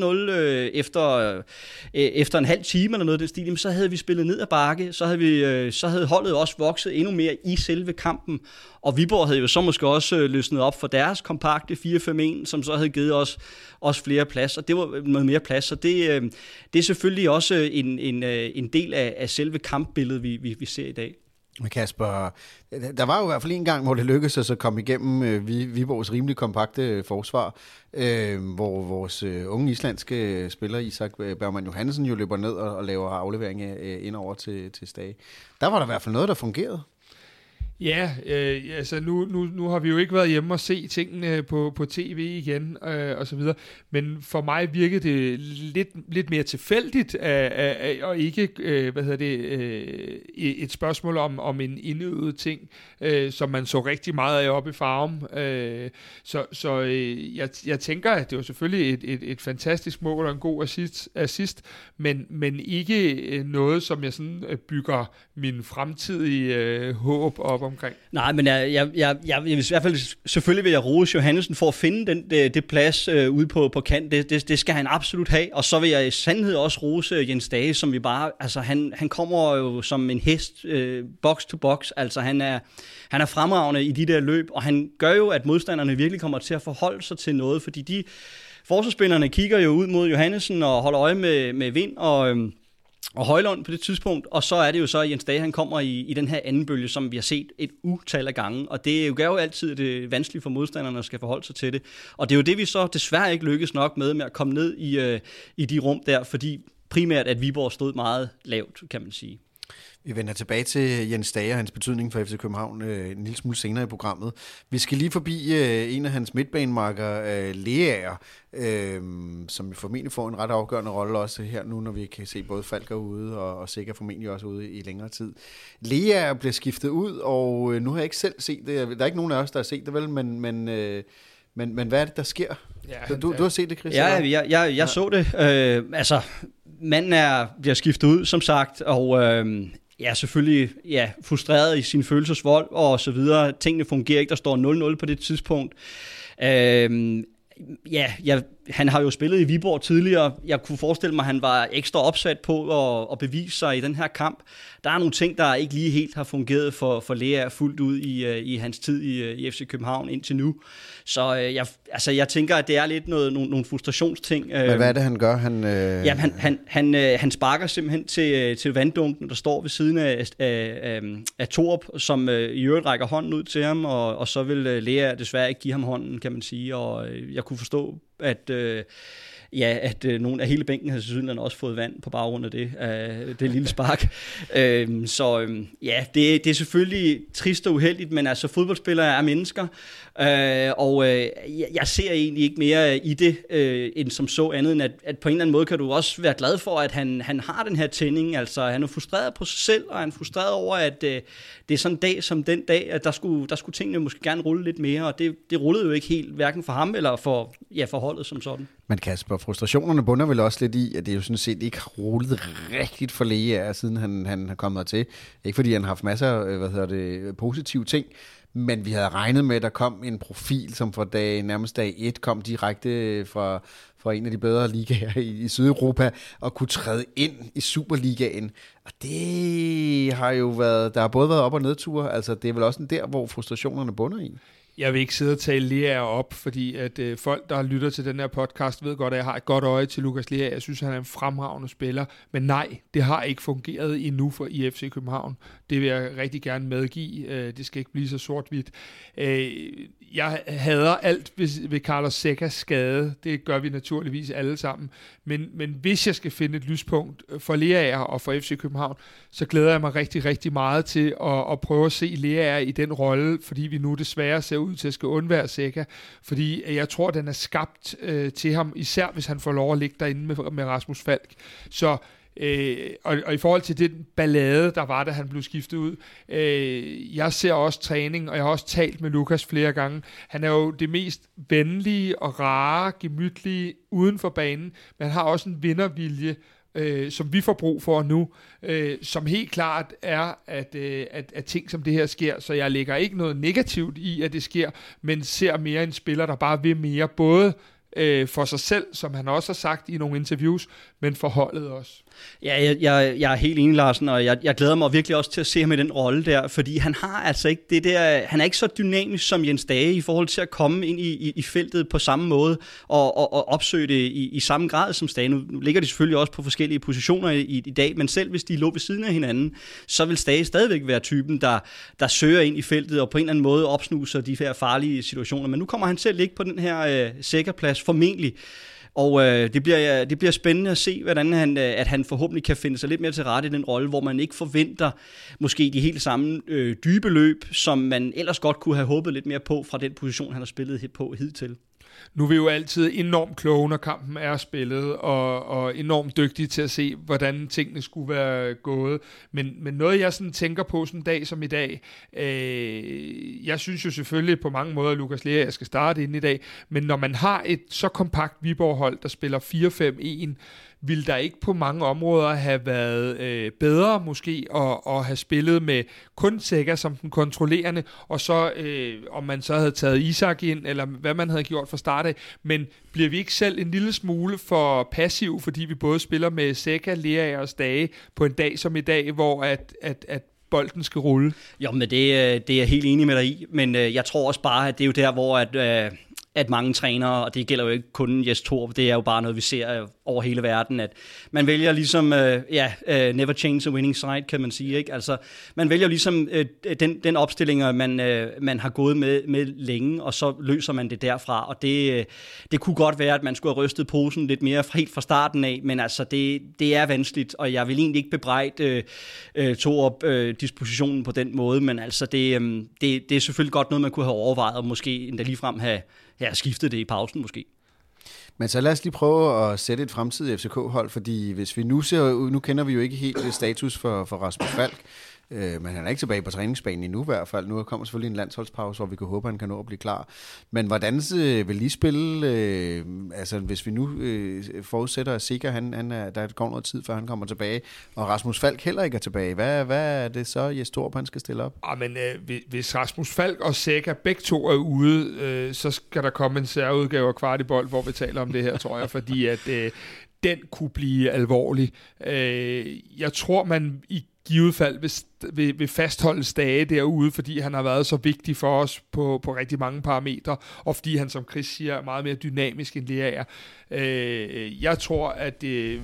1-0 efter en halv time eller noget af den stil, så havde vi spillet ned ad bakke, så havde holdet også vokset endnu mere i selve kampen, og Viborg havde jo så måske også løsnet op for deres kompakte 4-5-1, som så havde givet os flere plads, og det var noget mere plads, så det er selvfølgelig også en del af selve kampbilledet, vi ser i dag. Men Kasper, der var jo i hvert fald en gang, hvor det lykkedes os at komme igennem Viborgs rimelig kompakte forsvar, hvor vores unge islandske spiller, Isak Bergman Johansen, jo løber ned og laver aflevering ind over til Stage. Der var der i hvert fald noget, der fungerede. Ja, altså nu har vi jo ikke været hjemme og se tingene på tv igen og så videre, men for mig virkede det lidt mere tilfældigt og ikke et spørgsmål om en indøvet ting, som man så rigtig meget af oppe i Farum. Jeg tænker, at det var selvfølgelig et fantastisk mål og en god assist, men ikke noget, som jeg sådan bygger min fremtidige håb op omkring. Nej, men jeg vil i hvert fald selvfølgelig vil jeg rose Johansen for at finde det plads ude på kant. Det skal han absolut have, og så vil jeg i sandhed også rose Jens Dage, som vi bare, altså han kommer jo som en hest box to box, altså han er fremragende i de der løb, og han gør jo, at modstanderne virkelig kommer til at forholde sig til noget, fordi de forsvarsspillerne kigger jo ud mod Johansen og holder øje med Vind og Højlund på det tidspunkt, og så er det jo så, at Jens Dage, han kommer i den her anden bølge, som vi har set et utal af gange, og det gør jo altid det vanskeligt for modstanderne at skal forholde sig til det, og det er jo det, vi så desværre ikke lykkes nok med at komme ned i de rum der, fordi primært, at Viborg stod meget lavt, kan man sige. Vi vender tilbage til Jens Dage og hans betydning for FC København en lille smule senere i programmet. Vi skal lige forbi en af hans midtbanemarker, Leaer, som formentlig får en ret afgørende rolle også her nu, når vi kan se både Falk ude og Sikker formentlig også ude i længere tid. Leaer bliver skiftet ud, og nu har jeg ikke selv set det. Der er ikke nogen af os, der har set det vel, men hvad er det, der sker? Ja, du har set det, Christian? Ja, jeg så det. Altså, manden bliver skiftet ud, som sagt, og selvfølgelig frustreret i sin følelsesvold og så videre. Tingene fungerer ikke. Der står 0-0 på det tidspunkt. Han har jo spillet i Viborg tidligere. Jeg kunne forestille mig, at han var ekstra opsat på at bevise sig i den her kamp. Der er nogle ting, der ikke lige helt har fungeret for Leaer fuldt ud i hans tid i FC København indtil nu. Så jeg tænker, at det er lidt nogle frustrationsting. Men hvad er det, han gør? Han sparker simpelthen til vanddunken, der står ved siden af Torup, som i øvrigt rækker hånden ud til ham, og så vil Leaer desværre ikke give ham hånden, kan man sige. Og jeg kunne forstå, at nogle af hele bænken har selvfølgelig også fået vand på baggrund af det lille spark. Det er selvfølgelig trist og uheldigt, men altså fodboldspillere er mennesker, jeg ser egentlig ikke mere i det, end som så andet, end at på en eller anden måde kan du også være glad for, at han har den her tænding. Altså han er frustreret på sig selv, og han er frustreret over, at det er sådan en dag som den dag, at der skulle tingene måske gerne rulle lidt mere, og det rullede jo ikke helt, hverken for ham eller for holdet som sådan. Men Kasper, frustrationerne bunder vel også lidt i, at det jo sådan set ikke har rullet rigtigt for Leaer, siden han er kommet til. Ikke fordi han har haft masser af positive ting, men vi havde regnet med, at der kom en profil, som fra nærmest dag 1 kom direkte fra en af de bedre ligaer i Sydeuropa, og kunne træde ind i Superligaen. Og det har jo været, der har både været op- og nedture, altså det er vel også der, hvor frustrationerne bunder i. Jeg vil ikke sidde og tale Leaer op, fordi at folk, der lytter til den her podcast, ved godt, at jeg har et godt øje til Lukas Leaer. Jeg synes, han er en fremragende spiller. Men nej, det har ikke fungeret endnu for IFC København. Det vil jeg rigtig gerne medgive. Det skal ikke blive så sort-hvidt. Jeg hader alt ved Carlos Secas skade. Det gør vi naturligvis alle sammen. Men hvis jeg skal finde et lyspunkt for Leaer og for FC København, så glæder jeg mig rigtig, rigtig meget til at prøve at se Leaer i den rolle, fordi vi nu desværre ser ud til at skal undvære Seca. Fordi jeg tror, den er skabt til ham, især hvis han får lov at ligge derinde med Rasmus Falk. Så og i forhold til den ballade, der var, da han blev skiftet ud, jeg ser også træning, og jeg har også talt med Lukas flere gange. Han er jo det mest venlige og rare, gemytlige uden for banen, men han har også en vindervilje, som vi får brug for nu, som helt klart er, at ting som det her sker, så jeg lægger ikke noget negativt i, at det sker, men ser mere en spiller, der bare vil mere, både for sig selv, som han også har sagt i nogle interviews, men for holdet også. Ja, jeg er helt enig, Larsen, og jeg glæder mig virkelig også til at se ham i den rolle der, fordi han har altså ikke det der, han er ikke så dynamisk som Jens Dage i forhold til at komme ind i feltet på samme måde og opsøge det i samme grad som Stage. Nu ligger de selvfølgelig også på forskellige positioner i dag, men selv hvis de lå ved siden af hinanden, så vil Stage stadigvæk være typen, der søger ind i feltet og på en eller anden måde opsnuser de her farlige situationer. Men nu kommer han selv ikke på den her sikkerplads formentlig. Og det bliver spændende at se, hvordan at han forhåbentlig kan finde sig lidt mere til rette i den rolle, hvor man ikke forventer måske de helt samme dybe løb, som man ellers godt kunne have håbet lidt mere på fra den position, han har spillet på hidtil. Nu er vi jo altid enormt kloge, når kampen er spillet, og enormt dygtige til at se, hvordan tingene skulle være gået. Men noget, jeg sådan tænker på sådan en dag som i dag, jeg synes jo selvfølgelig på mange måder, at Lukas Leaer skal starte ind i dag, men når man har et så kompakt Viborg-hold, der spiller 4-5-1, vil der ikke på mange områder have været bedre måske at have spillet med kun Seca som den kontrollerende, og så om man så havde taget Isak ind, eller hvad man havde gjort fra start af, men bliver vi ikke selv en lille smule for passiv, fordi vi både spiller med Seca, Leaer og Stage på en dag som i dag, hvor at bolden skal rulle? Jo, men det er jeg helt enig med dig i, men jeg tror også bare, at det er jo der, hvor at mange trænere, og det gælder jo ikke kun Jes Torup, det er jo bare noget, vi ser over hele verden, at man vælger ligesom, never change a winning side, kan man sige, ikke? Altså, man vælger ligesom den opstilling, man har gået med længe, og så løser man det derfra, og det kunne godt være, at man skulle have rystet posen lidt mere helt fra starten af, men altså, det er vanskeligt, og jeg vil egentlig ikke bebrejde Torup dispositionen på den måde, men altså, det er selvfølgelig godt noget, man kunne have overvejet, og måske endda ligefrem have skiftet det i pausen måske. Men så lad os lige prøve at sætte et fremtidigt FCK-hold, fordi hvis vi nu kender vi jo ikke helt status for Rasmus Falk, men han er ikke tilbage på træningsbanen endnu i hvert fald. Nu kommer selvfølgelig en landsholdspause, hvor vi kan håbe, at han kan nå at blive klar. Men hvordan vil I spille, altså hvis vi nu forudsætter, at Seca, der går noget tid, før han kommer tilbage, og Rasmus Falk heller ikke er tilbage, hvad er det så, Jes Torup, han skal stille op? Men hvis Rasmus Falk og Seca begge to er ude, så skal der komme en særudgave af Kvartibold, hvor vi taler om det her, tror jeg, fordi at den kunne blive alvorlig. Jeg tror, man i givet fald vil fastholde Stage derude, fordi han har været så vigtig for os på rigtig mange parametre, og fordi han, som Chris siger, er meget mere dynamisk end Leaer er. Jeg tror, at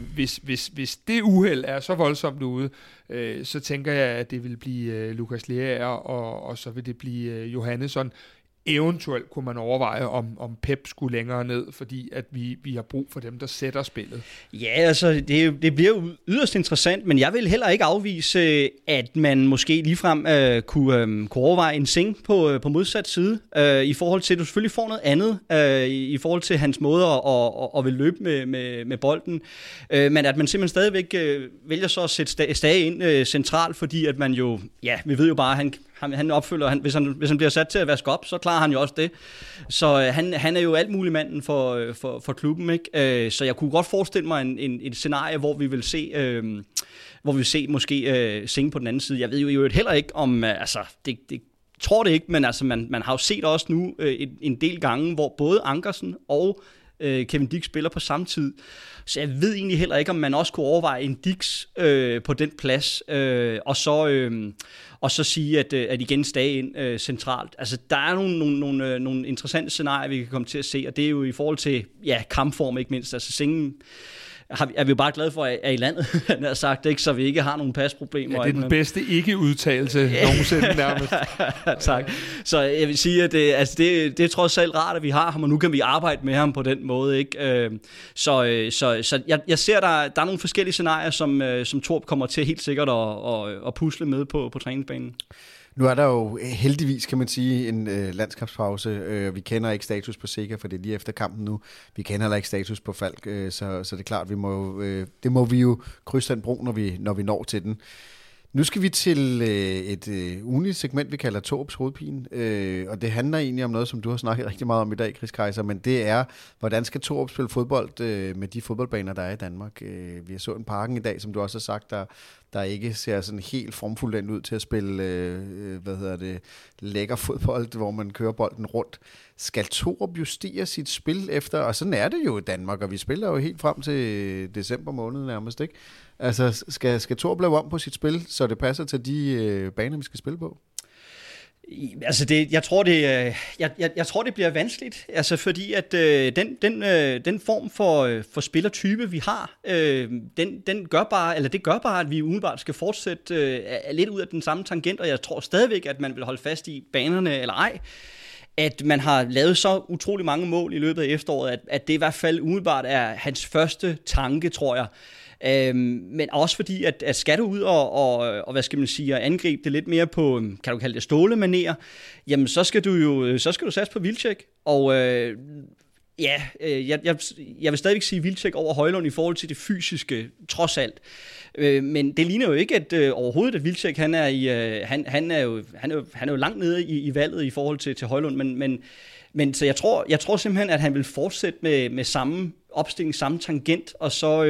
hvis det uheld er så voldsomt ude, så tænker jeg, at det vil blive Lukas Leaer, og så vil det blive Johannesson. Eventuelt kunne man overveje, om Pep skulle længere ned, fordi at vi har brug for dem, der sætter spillet. Ja, altså det bliver jo yderst interessant, men jeg vil heller ikke afvise, at man måske ligefrem kunne overveje en Sing på modsat side, i forhold til, at du selvfølgelig får noget andet, i forhold til hans måde at vil løbe med bolden, men at man simpelthen stadigvæk vælger så at sætte Stage ind centralt, fordi at man jo, ja, vi ved jo bare, han opfylder, hvis han bliver sat til at vaske op, så klarer han jo også det. Så han er jo alt muligt manden for klubben, ikke? Så jeg kunne godt forestille mig et scenarie, hvor vi vil se, måske Sing på den anden side. Jeg ved jo heller ikke om, det tror det ikke, men altså man har jo set også nu en del gange, hvor både Ankersen og Kevin Dix spiller på samme tid. Så jeg ved egentlig heller ikke, om man også kunne overveje en Dix på den plads, og så sige, at igen Stage ind centralt. Altså, der er nogle interessante scenarier, vi kan komme til at se, og det er jo i forhold til kampform, ikke mindst. Altså, Singen er vi jo bare glade for, at er i landet, han har sagt, ikke, så vi ikke har nogen pasproblemer. Ja, det er den bedste ikke-udtalelse nogensinde nærmest. Tak. Så jeg vil sige, at det er trods alt rart, at vi har ham, og nu kan vi arbejde med ham på den måde. Ikke? Så jeg ser, der er nogle forskellige scenarier, som Torp kommer til helt sikkert at pusle med på træningsbanen. Nu er der jo heldigvis, kan man sige, en landskabspause. Vi kender ikke status på Sikker, for det er lige efter kampen nu. Vi kender heller ikke status på Falk, så det er klart, det må vi jo krydse den bro, når vi når til den. Nu skal vi til et ugenligt segment, vi kalder Torps hovedpine, og det handler egentlig om noget, som du har snakket rigtig meget om i dag, Chris Kejser, men det er, hvordan skal Torp spille fodbold med de fodboldbaner, der er i Danmark. Vi har så en Parken i dag, som du også har sagt, der ikke ser sådan helt formfuldt ud til at spille, lækker fodbold, hvor man kører bolden rundt. Skal Torp justere sit spil efter, og sådan er det jo i Danmark, og vi spiller jo helt frem til december måned nærmest, ikke? Altså, skal Torp lave om på sit spil, så det passer til de baner, vi skal spille på? Altså jeg tror det bliver vanskeligt, altså fordi at den form for spillertype vi har, det gør bare at vi umiddelbart skal fortsætte lidt ud af den samme tangent, og jeg tror stadigvæk at man vil holde fast i banerne eller ej. At man har lavet så utrolig mange mål i løbet af efteråret, at det i hvert fald umiddelbart er hans første tanke, tror jeg. Men også fordi, at skal du ud og hvad skal man sige, angribe det lidt mere på, kan du kalde det stålemanér, jamen så skal du satse på Wilczek. Og jeg vil stadigvæk sige Wilczek over Højlund i forhold til det fysiske, trods alt. Men det ligner jo ikke at overhovedet, at Wilczek han er jo langt nede i valget i forhold til Højlund, men så jeg tror simpelthen, at han vil fortsætte med samme opstilling, samme tangent, og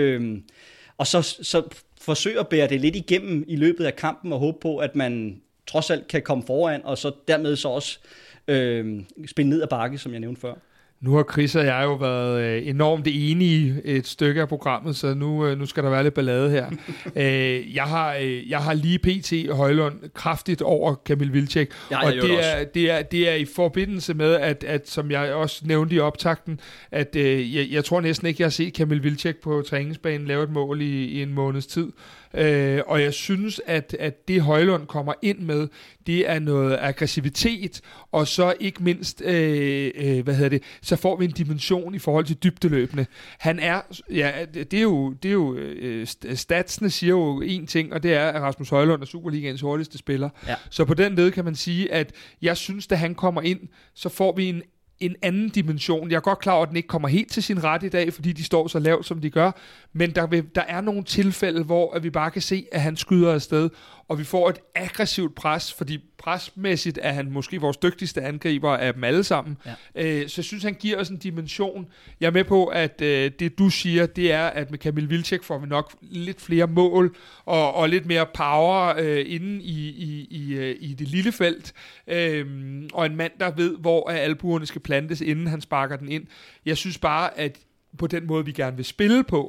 så forsøge at bære det lidt igennem i løbet af kampen og håbe på, at man trods alt kan komme foran, og så dermed så også spille ned ad bakke, som jeg nævnte før. Nu har Chris og jeg jo været enormt enige et stykke af programmet, så nu skal der være lidt ballade her. Jeg har lige PT Højlund kraftigt over Kamil Wilczek, og det er i forbindelse med, at som jeg også nævnte i optakten, at jeg tror næsten ikke, jeg har set Kamil Wilczek på træningsbanen lave et mål i en måneds tid. Og jeg synes, at det Højlund kommer ind med, det er noget aggressivitet, og så ikke mindst, så får vi en dimension i forhold til dybdeløbende. Han er, det er jo statsene siger jo en ting, og det er, at Rasmus Højlund er Superligaens hurtigste spiller. Ja. Så på den led kan man sige, at jeg synes, da han kommer ind, så får vi en anden dimension. Jeg er godt klar over, at den ikke kommer helt til sin ret i dag, fordi de står så lavt, som de gør, men der er nogle tilfælde, hvor at vi bare kan se, at han skyder afsted, og vi får et aggressivt pres, fordi presmæssigt er han måske vores dygtigste angriber af dem alle sammen. Ja. Så jeg synes, han giver os en dimension. Jeg er med på, at det du siger, det er, at med Kamil Wilczek får vi nok lidt flere mål, og lidt mere power inde i det lille felt, og en mand, der ved, hvor albuerne skal plantes, inden han sparker den ind. Jeg synes bare, at på den måde, vi gerne vil spille på,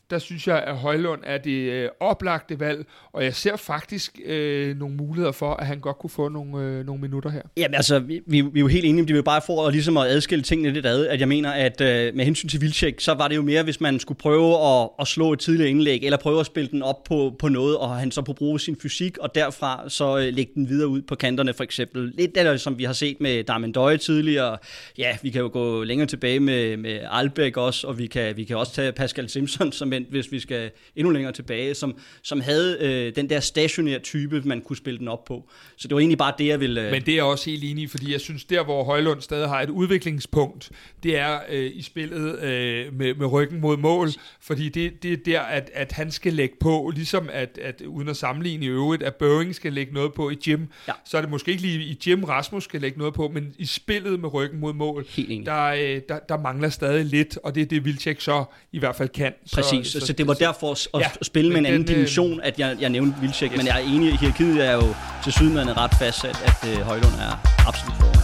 der synes jeg, at Højlund er det oplagte valg, og jeg ser faktisk nogle muligheder for, at han godt kunne få nogle minutter her. Jamen altså, vi er jo helt enige, det er jo bare for at, ligesom at adskille tingene lidt ad, at jeg mener, at med hensyn til Wilczek, så var det jo mere, hvis man skulle prøve at slå et tidligere indlæg, eller prøve at spille den op på noget, og han så på bruge sin fysik, og derfra så lægge den videre ud på kanterne for eksempel. Lidt det, som vi har set med Darmen Døje tidligere. Ja, vi kan jo gå længere tilbage med Albeck også, og vi kan også tage Pascal Simpson som hvis vi skal endnu længere tilbage, som havde den der stationære type, man kunne spille den op på. Så det var egentlig bare det, jeg ville... Men det er jeg også helt enig i, fordi jeg synes, der hvor Højlund stadig har et udviklingspunkt, det er i spillet med ryggen mod mål, fordi det er der, at han skal lægge på, ligesom at uden at sammenligne i øvrigt, at Børing skal lægge noget på i gym, så er det måske ikke lige i gym, Rasmus skal lægge noget på, men i spillet med ryggen mod mål, der mangler stadig lidt, og det er det, Wilczek så i hvert fald kan. Præcis, så det var derfor at spille med en anden dimension, at jeg nævnte Wilczek, men jeg er enig, at hierarkiet er jo til sydenlandet ret fastsat, at Højlund er absolut foran.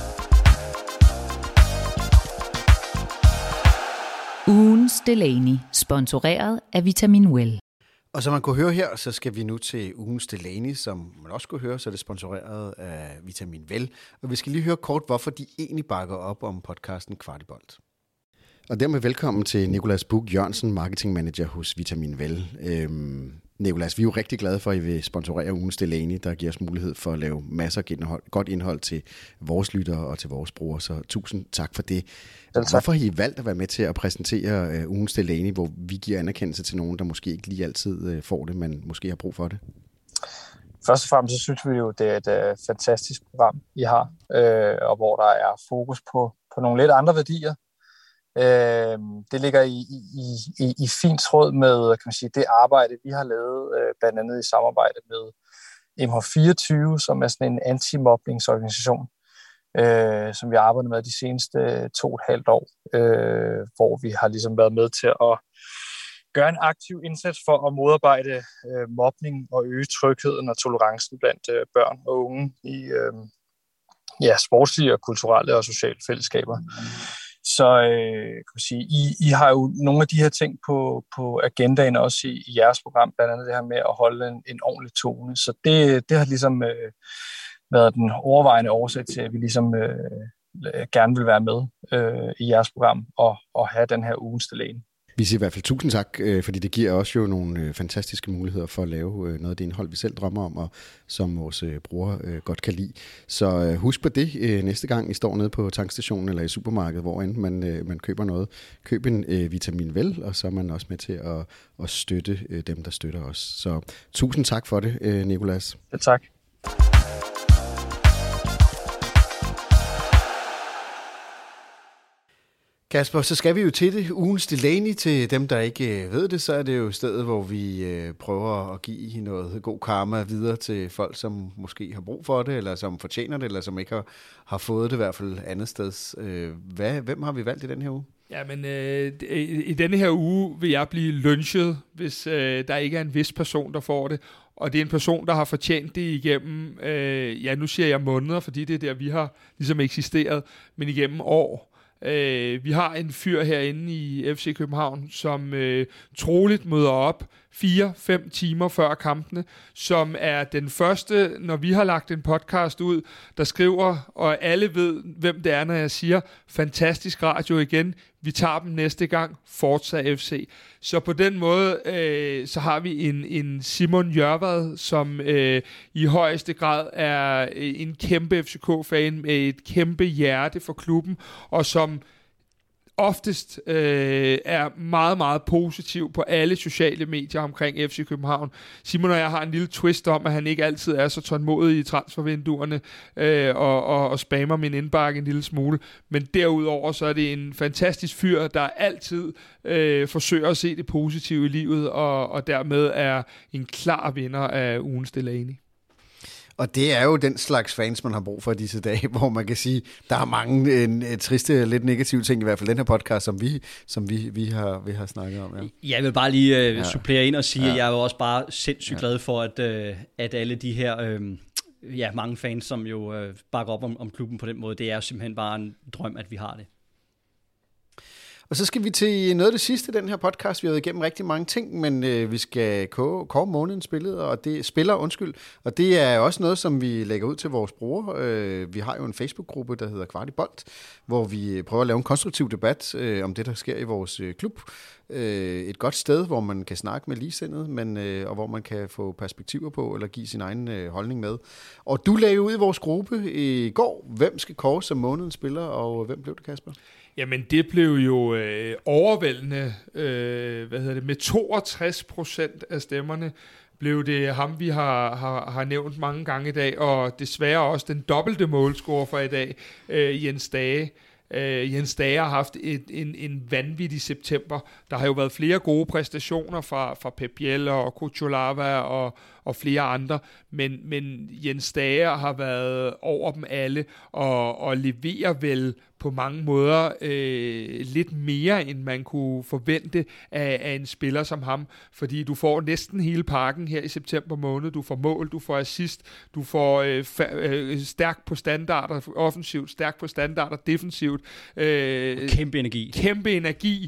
Ugens Delaney, sponsoreret af Vitamin Well. Og som man kunne høre her, så skal vi nu til ugens Delaney, som man også kunne høre, så er det sponsoreret af Vitamin Well. Og vi skal lige høre kort, hvorfor de egentlig bakker op om podcasten Kvartibolt. Og dermed velkommen til Nicolas Buch Jørgensen, marketing manager hos Vitamin Well. Nicolas, vi er jo rigtig glade for, at I vil sponsorere ugens Delaney, der giver os mulighed for at lave masser af godt indhold til vores lyttere og til vores brugere, så tusind tak for det. Hvorfor har I valgt at være med til at præsentere ugens Delaney, hvor vi giver anerkendelse til nogen, der måske ikke lige altid får det, men måske har brug for det? Først og fremmest så synes vi jo, det er et fantastisk program, I har, og hvor der er fokus på nogle lidt andre værdier. Det ligger i fint tråd med, kan man sige, det arbejde, vi har lavet, blandt andet i samarbejde med MH24, som er sådan en anti-mobningsorganisation, som vi har arbejdet med de seneste 2,5 år, hvor vi har ligesom været med til at gøre en aktiv indsats for at modarbejde mobning og øge trygheden og tolerancen blandt børn og unge i sportslige og kulturelle og sociale fællesskaber. Så kan man sige, I har jo nogle af de her ting på agendaen også i jeres program, blandt andet det her med at holde en ordentlig tone. Så det har ligesom været den overvejende årsag til, at vi ligesom gerne vil være med i jeres program og have den her ugens Delaney. Vi siger i hvert fald tusind tak, fordi det giver os jo nogle fantastiske muligheder for at lave noget af det indhold, vi selv drømmer om, og som vores brugere godt kan lide. Så husk på det næste gang, I står nede på tankstationen eller i supermarkedet, hvor end man køber noget. Køb en Vitamin Well, og så er man også med til at støtte dem, der støtter os. Så tusind tak for det, Nicolas. Ja, tak. Kasper, så skal vi jo til det. Ugens Delaney, til dem, der ikke ved det, så er det jo stedet, hvor vi prøver at give noget god karma videre til folk, som måske har brug for det, eller som fortjener det, eller som ikke har fået det i hvert fald andet sted. Hvem har vi valgt i den her uge? Ja, men i denne her uge vil jeg blive lynchet, hvis der ikke er en vis person, der får det. Og det er en person, der har fortjent det igennem, nu siger jeg måneder, fordi det er der, vi har ligesom eksisteret, men igennem år. Vi har en fyr herinde i FC København, som troligt møder op 4-5 timer før kampene, som er den første, når vi har lagt en podcast ud, der skriver, og alle ved, hvem det er, når jeg siger, fantastisk radio igen, vi tager dem næste gang, Forza FC. Så på den måde, så har vi en Simon Jørvad, som i højeste grad er en kæmpe FCK-fan med et kæmpe hjerte for klubben, og som oftest er meget, meget positiv på alle sociale medier omkring FC København. Simon og jeg har en lille twist om, at han ikke altid er så tålmodig i transfervinduerne og spammer min indbakke en lille smule. Men derudover så er det en fantastisk fyr, der altid forsøger at se det positive i livet, og dermed er en klar vinder af ugens Delaney. Og det er jo den slags fans, man har brug for disse dage, hvor man kan sige, der er mange triste, lidt negative ting, i hvert fald den her podcast, som vi har snakket om. Ja. Jeg vil bare lige supplere ind og sige, at jeg er jo også bare sindssygt glad for, at alle de her mange fans, som jo bakker op om klubben på den måde, det er jo simpelthen bare en drøm, at vi har det. Og så skal vi til noget af det sidste den her podcast. Vi har været igennem rigtig mange ting, men vi skal kåre månedens spiller, og det er også noget, som vi lægger ud til vores brugere. Vi har jo en Facebook-gruppe, der hedder Kvart i Bold, hvor vi prøver at lave en konstruktiv debat om det, der sker i vores klub. Et godt sted, hvor man kan snakke med ligesindede, og hvor man kan få perspektiver på, eller give sin egen holdning med. Og du lagde ud i vores gruppe i går, hvem skal kåres som månedens spiller, og hvem blev det, Kasper? Jamen, det blev jo overvældende, med 62% af stemmerne blev det ham, vi har nævnt mange gange i dag, og desværre også den dobbelte målscorer for i dag, Jens Dage. Jens Dage har haft en vanvittig september. Der har jo været flere gode præstationer fra Pep Biel og Kuchulava og flere andre, men Jens Dage har været over dem alle og leverer vel på mange måder lidt mere, end man kunne forvente af en spiller som ham, fordi du får næsten hele pakken her i september måned. Du får mål, du får assist, du får stærk på standarder offensivt, stærk på standarder defensivt. Kæmpe energi. Kæmpe energi.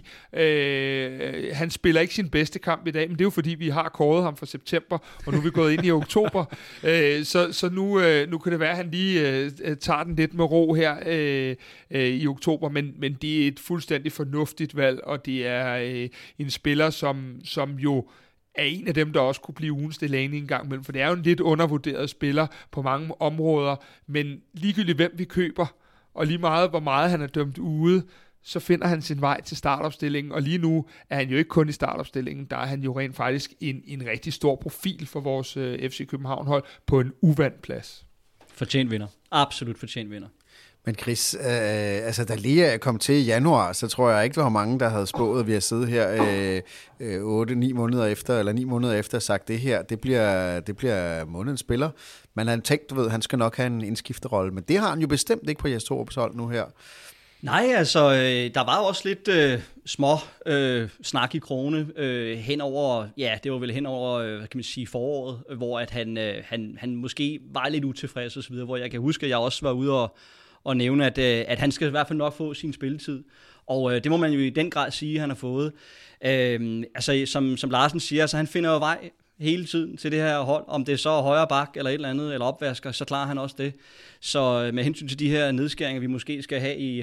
Han spiller ikke sin bedste kamp i dag, men det er jo fordi, vi har kåret ham for september, og nu er vi gået ind i oktober. Så nu kan det være, at han lige tager den lidt med ro her i oktober, men det er et fuldstændig fornuftigt valg, og det er en spiller, som jo er en af dem, der også kunne blive ugens Delaney en gang imellem, for det er jo en lidt undervurderet spiller på mange områder, men ligegyldigt hvem vi køber, og lige meget hvor meget han er dømt ude, så finder han sin vej til startopstillingen, og lige nu er han jo ikke kun i startopstillingen, der er han jo rent faktisk en rigtig stor profil for vores FC København-hold på en uvant plads. Fortjent vinder. Absolut fortjent vinder. Men Chris, da lige er kommet til i januar, så tror jeg ikke, der var mange, der havde spået, at vi har siddet her 9 måneder efter og sagt, det her, det bliver månedens spiller. Man har tænkt, han skal nok have en indskifterolle, men det har han jo bestemt ikke på Jes Torups hold nu her. Nej, altså, der var jo også lidt snak i krone henover, ja, det var vel henover, hvad kan man sige, foråret, hvor at han måske var lidt utilfreds og så videre, hvor jeg kan huske, at jeg også var ude og nævne, at han skal i hvert fald nok få sin spilletid. Og det må man jo i den grad sige, at han har fået. Som Larsen siger, så han finder jo vej hele tiden til det her hold. Om det så er højre bak eller et eller andet, eller opvasker, så klarer han også det. Så med hensyn til de her nedskæringer, vi måske skal have i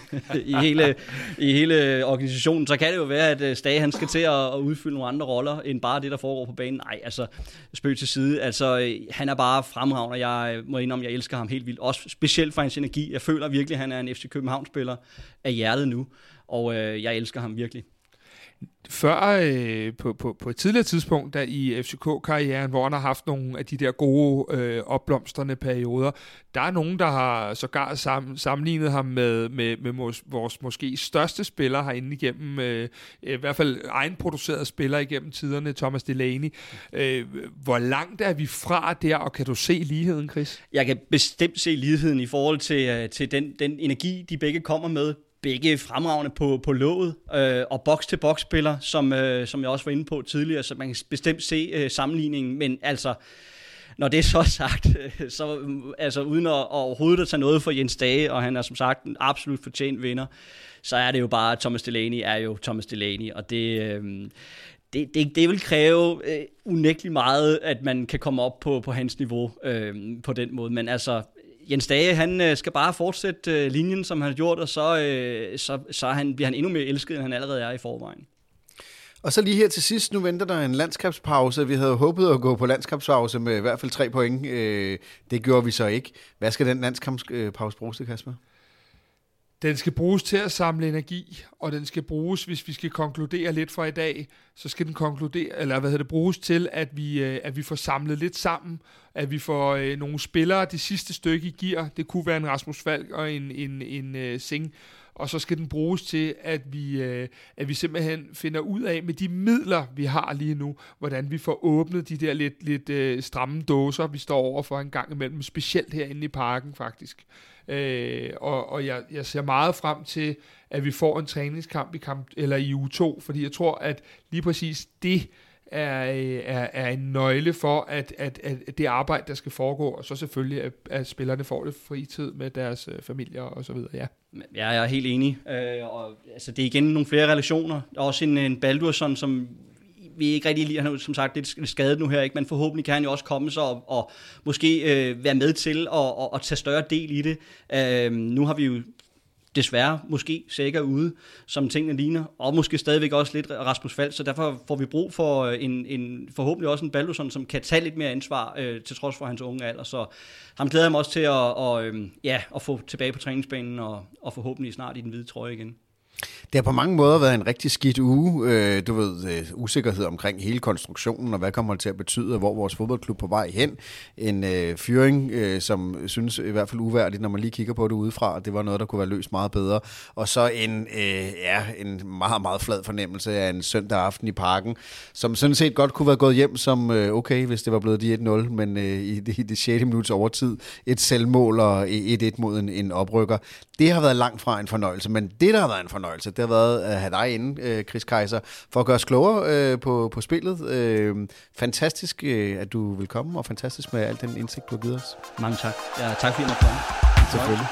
hele organisationen, så kan det jo være, at Stage han skal til at udfylde nogle andre roller, end bare det, der foregår på banen. Nej, altså, spøg til side. Altså, han er bare fremragende, og jeg må indrømme, jeg elsker ham helt vildt. Også specielt for hans energi. Jeg føler virkelig, at han er en FC København-spiller af hjertet nu, og jeg elsker ham virkelig. Før på et tidligere tidspunkt der i FCK-karrieren, hvor han har haft nogle af de der gode opblomstrende perioder, der er nogen, der har sågar sammenlignet ham med vores måske største spiller herinde igennem, i hvert fald egenproducerede spillere igennem tiderne, Thomas Delaney. Hvor langt er vi fra der, og kan du se ligheden, Chris? Jeg kan bestemt se ligheden i forhold til den energi, de begge kommer med. Begge fremragende på låget, og box-til-box-spiller, som jeg også var inde på tidligere, så man kan bestemt se sammenligningen, men altså, når det er så sagt, så altså uden at overhovedet at tage noget for Jens Dage, og han er som sagt en absolut fortjent vinder, så er det jo bare, Thomas Delaney er jo Thomas Delaney, og det vil kræve unægteligt meget, at man kan komme op på hans niveau på den måde, men altså, Jens Dage, han skal bare fortsætte linjen, som han har gjort, og så bliver han endnu mere elsket, end han allerede er i forvejen. Og så lige her til sidst, nu venter der en landskabspause. Vi havde håbet at gå på landskabspause med i hvert fald 3 point. Det gjorde vi så ikke. Hvad skal den landskabspause bruges til, Kasper? Den skal bruges til at samle energi, og den skal bruges, hvis vi skal konkludere lidt fra i dag, så skal den bruges til, at vi får samlet lidt sammen, at vi får nogle spillere det sidste stykke i gear. Det kunne være en Rasmus Falk og en Singh. Og så skal den bruges til, at vi simpelthen finder ud af med de midler, vi har lige nu, hvordan vi får åbnet de der lidt stramme dåser, vi står over for en gang imellem, specielt herinde i parken faktisk. Og jeg ser meget frem til, at vi får en træningskamp i uge 2, fordi jeg tror, at lige præcis det er en nøgle for, at det arbejde, der skal foregå, og så selvfølgelig, at spillerne får det fritid med deres familier og så videre, ja. Ja, jeg er helt enig. Og, altså, det er igen nogle flere relationer. Også en Baldursson, som vi ikke rigtig lide. Han er som sagt lidt skadet nu her, ikke? Men forhåbentlig kan han jo også komme sig og måske være med til at tage større del i det. Nu har vi jo desværre måske Sækker ude, som tingene ligner, og måske stadigvæk også lidt Rasmus Falk, så derfor får vi brug for en forhåbentlig også en Baldursson, som kan tage lidt mere ansvar, til trods for hans unge alder, så ham glæder jeg mig også til at få tilbage på træningsbanen, og forhåbentlig snart i den hvide trøje igen. Det har på mange måder været en rigtig skidt uge. Du ved, usikkerhed omkring hele konstruktionen, og hvad kommer det til at betyde, hvor vores fodboldklub på vej hen. En fyring, som synes i hvert fald uværdigt, når man lige kigger på det udefra. Det var noget, der kunne være løst meget bedre. Og så en meget, meget flad fornemmelse af en søndag aften i Parken, som sådan set godt kunne være gået hjem som okay, hvis det var blevet de 1-0, men i det 6. minuts overtid, et selvmål og 1-1 mod en oprykker. Det har været langt fra en fornøjelse, men det, der har været en fornøjelse, det har været at have dig inde, Chris Kejser, for at gøre os klogere på spillet. Fantastisk, at du vil komme, og fantastisk med al den indsigt, du har givet os. Mange tak. Ja, tak fordi jeg måtte komme. Selvfølgelig.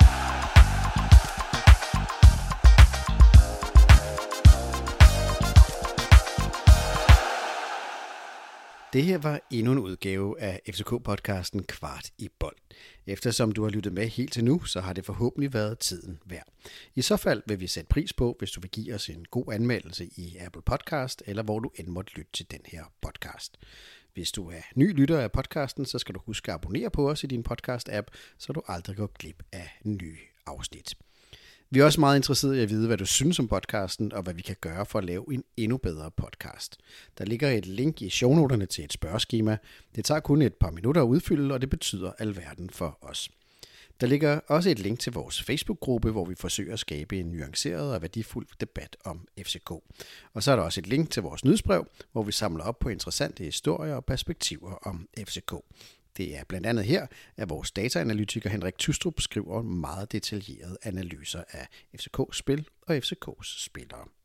Det her var endnu en udgave af FCK-podcasten Kvart i bold. Eftersom du har lyttet med helt til nu, så har det forhåbentlig været tiden værd. I så fald vil vi sætte pris på, hvis du vil give os en god anmeldelse i Apple Podcast, eller hvor du end måtte lytte til den her podcast. Hvis du er ny lytter af podcasten, så skal du huske at abonnere på os i din podcast-app, så du aldrig går glip af nye afsnit. Vi er også meget interesserede i at vide, hvad du synes om podcasten, og hvad vi kan gøre for at lave en endnu bedre podcast. Der ligger et link i shownoterne til et spørgeskema. Det tager kun et par minutter at udfylde, og det betyder alverden for os. Der ligger også et link til vores Facebook-gruppe, hvor vi forsøger at skabe en nuanceret og værdifuld debat om FCK. Og så er der også et link til vores nyhedsbrev, hvor vi samler op på interessante historier og perspektiver om FCK. Det er blandt andet her, at vores dataanalytiker Henrik Tystrup skriver meget detaljerede analyser af FCK's spil og FCK's spillere.